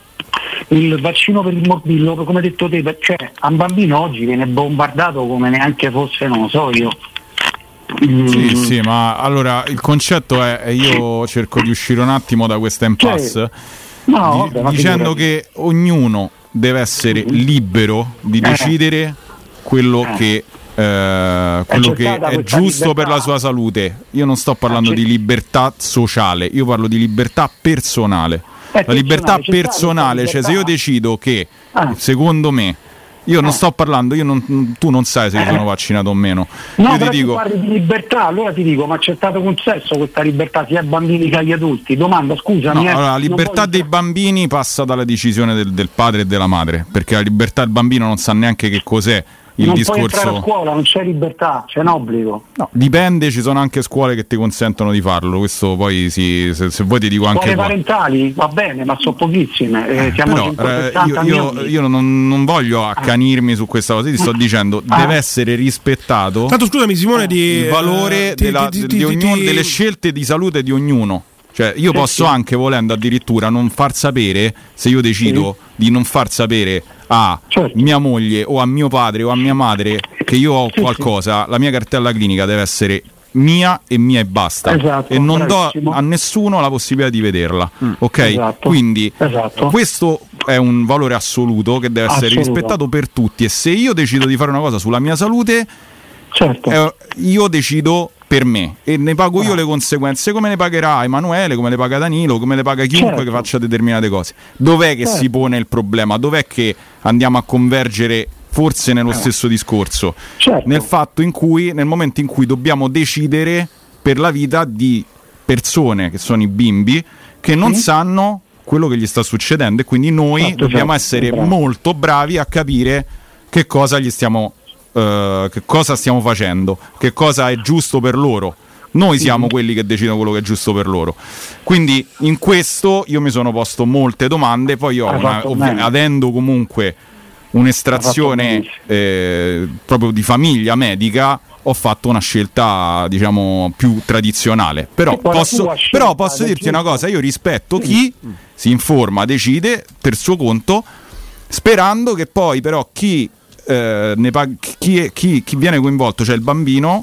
il vaccino per il morbillo, come hai detto te, cioè a un bambino oggi viene bombardato come neanche fosse, non lo so io. Sì, ma allora il concetto è, io cerco di uscire un attimo da questa impasse dicendo che ognuno deve essere libero di decidere quello che è giusto per la sua salute. Io non sto parlando di libertà sociale, io parlo di libertà personale. La libertà personale, cioè se io decido che secondo me, io non sto parlando, tu non sai se io sono vaccinato o meno. No, io ti dico, parli di libertà, allora ti dico, ma c'è stato concesso questa libertà sia ai bambini che agli adulti? Domanda, scusami. Allora, la libertà dei bambini passa dalla decisione del padre e della madre, perché la libertà del bambino non sa neanche che cos'è il discorso. Puoi entrare a scuola, non c'è libertà, c'è un obbligo. No, dipende, ci sono anche scuole che ti consentono di farlo. Questo poi se vuoi ti dico scuole anche. Scuole parentali, va bene, ma sono pochissime. Siamo io non voglio accanirmi su questa cosa, ti sto dicendo, deve essere rispettato. Tanto scusami Simone, il valore di ognuno, delle scelte di salute di ognuno. Cioè io posso anche, volendo addirittura, non far sapere, se io decido di non far sapere a mia moglie o a mio padre o a mia madre che io ho qualcosa, la mia cartella clinica deve essere mia e basta, e non do a nessuno la possibilità di vederla, ok? Quindi questo è un valore assoluto che deve essere rispettato per tutti, e se io decido di fare una cosa sulla mia salute, io decido per me e ne pago io le conseguenze, come ne pagherà Emanuele, come le paga Danilo, come le paga chiunque che faccia determinate cose. Dov'è che si pone il problema? Dov'è che andiamo a convergere forse nello stesso discorso? Nel fatto in cui, nel momento in cui dobbiamo decidere per la vita di persone che sono i bimbi che non sanno quello che gli sta succedendo, e quindi noi dobbiamo essere molto bravi a capire che cosa gli stiamo che cosa stiamo facendo, che cosa è giusto per loro. Noi siamo quelli che decidono quello che è giusto per loro. Quindi in questo io mi sono posto molte domande. Poi io avendo comunque un'estrazione proprio di famiglia medica, ho fatto una scelta, diciamo, più tradizionale. Però posso dirti una cosa: io rispetto chi si informa, decide per suo conto, sperando che poi però chi viene coinvolto, cioè il bambino,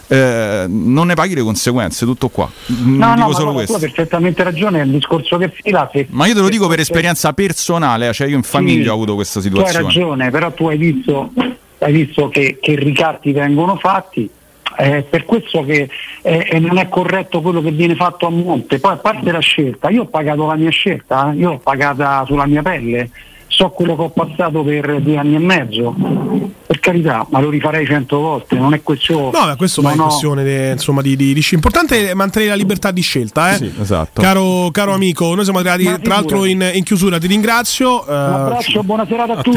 non ne paghi le conseguenze. Tutto qua. Dico solo questo. Tu hai perfettamente ragione, è il discorso che fila. Ma io te lo dico per esperienza personale, cioè io in famiglia ho avuto questa situazione. Tu hai ragione, però tu hai visto che ricatti vengono fatti. Per questo che non è corretto quello che viene fatto a monte. Poi, a parte la scelta, io ho pagato la mia scelta, io ho pagata sulla mia pelle, so quello che ho passato per 2 anni e mezzo, per carità, ma lo rifarei 100 volte, non è questo. No, ma questo è questione insomma di importante è mantenere la libertà di scelta, Sì, esatto. Caro amico, noi siamo arrivati tra l'altro in chiusura, ti ringrazio. Un abbraccio, buona serata a tutti.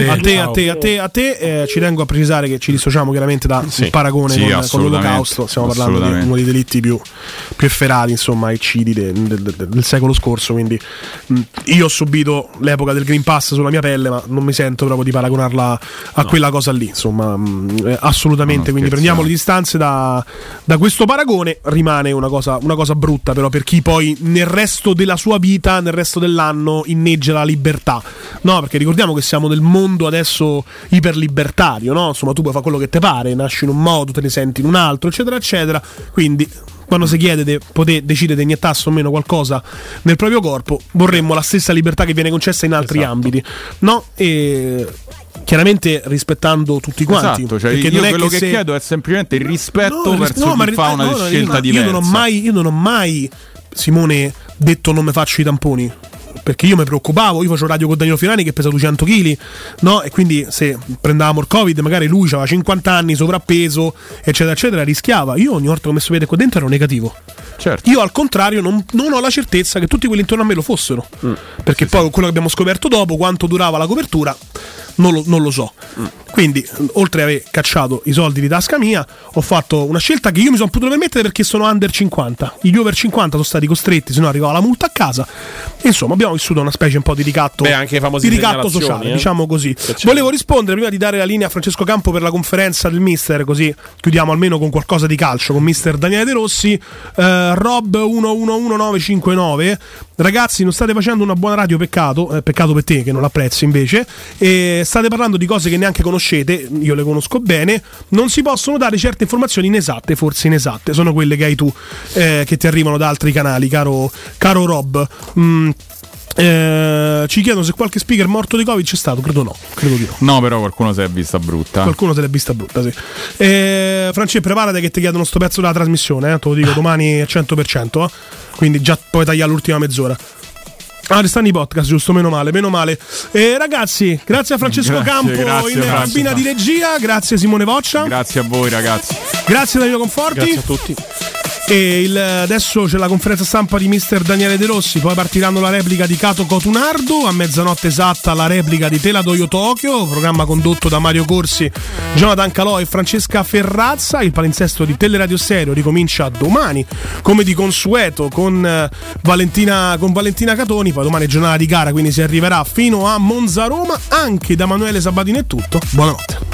A te. Ci tengo a precisare che ci dissociamo chiaramente da un paragone con l'Olocausto. Stiamo parlando di uno dei delitti più efferati, insomma, eccidi del secolo scorso. Quindi io ho subito l'epoca del Green Pass sulla mia pelle, ma non mi sento proprio di paragonarla a quella cosa lì, insomma, assolutamente. Quindi prendiamo le distanze da questo paragone. Rimane una cosa brutta però per chi poi nel resto della sua vita, nel resto dell'anno, inneggia la libertà, no? Perché ricordiamo che siamo nel mondo adesso iperlibertario, no? Insomma, tu puoi fare quello che te pare, nasci in un modo, te ne senti in un altro, eccetera eccetera. Quindi quando si chiede di poter decidere di iniettarsi o meno qualcosa nel proprio corpo, vorremmo la stessa libertà che viene concessa in altri ambiti, no? E chiaramente rispettando tutti quanti. Cioè io non è quello che chiedo è semplicemente il rispetto verso chi fa una scelta diversa. Io non ho mai, Simone, detto non mi faccio i tamponi, perché io mi preoccupavo. Io facevo radio con Danilo Fiorani che pesa 200 kg, no? E quindi se prendevamo il Covid, magari lui aveva 50 anni, sovrappeso, eccetera eccetera, rischiava. Io ogni volta che ho messo piede qua dentro ero negativo. Certo. Io al contrario non ho la certezza che tutti quelli intorno a me lo fossero, perché poi quello che abbiamo scoperto dopo, quanto durava la copertura, non lo so. Quindi, oltre ad aver cacciato i soldi di tasca mia, ho fatto una scelta che io mi sono potuto permettere perché sono under 50. Gli over 50 sono stati costretti, se no arrivava la multa a casa. Insomma, abbiamo vissuto una specie un po' di ricatto, anche di ricatto sociale, diciamo così. Volevo rispondere prima di dare la linea a Francesco Campo per la conferenza del mister, così chiudiamo almeno con qualcosa di calcio con mister Daniele De Rossi. Rob 111959, ragazzi, non state facendo una buona radio, peccato per te che non l'apprezzi invece, e state parlando di cose che neanche conoscete, io le conosco bene. Non si possono dare certe informazioni inesatte, forse inesatte, sono quelle che hai tu, che ti arrivano da altri canali, caro Rob. Ci chiedono se qualche speaker morto di Covid c'è stato. Credo di no. No, però qualcuno se l'è vista brutta. Qualcuno se l'è vista brutta, sì. Francesco, preparate che ti chiedono sto pezzo della trasmissione, te lo dico domani al 100%, quindi già puoi tagliare l'ultima mezz'ora. Restano i podcast, giusto? Meno male. Ragazzi, grazie a Francesco Campo in cabina di regia, grazie Simone Voccia. Grazie a voi, ragazzi. Grazie Danilo Conforti. Grazie a tutti. E adesso c'è la conferenza stampa di mister Daniele De Rossi, poi partiranno la replica di Kato Cotunardo, a mezzanotte esatta la replica di Tela Dojo Tokyo, programma condotto da Mario Corsi, Jonathan Calò e Francesca Ferrazza. Il palinsesto di Teleradio Stereo ricomincia domani, come di consueto, con Valentina Catoni. Poi domani è giornata di gara, quindi si arriverà fino a Monza Roma. Anche da Manuele Sabatini è tutto, buonanotte.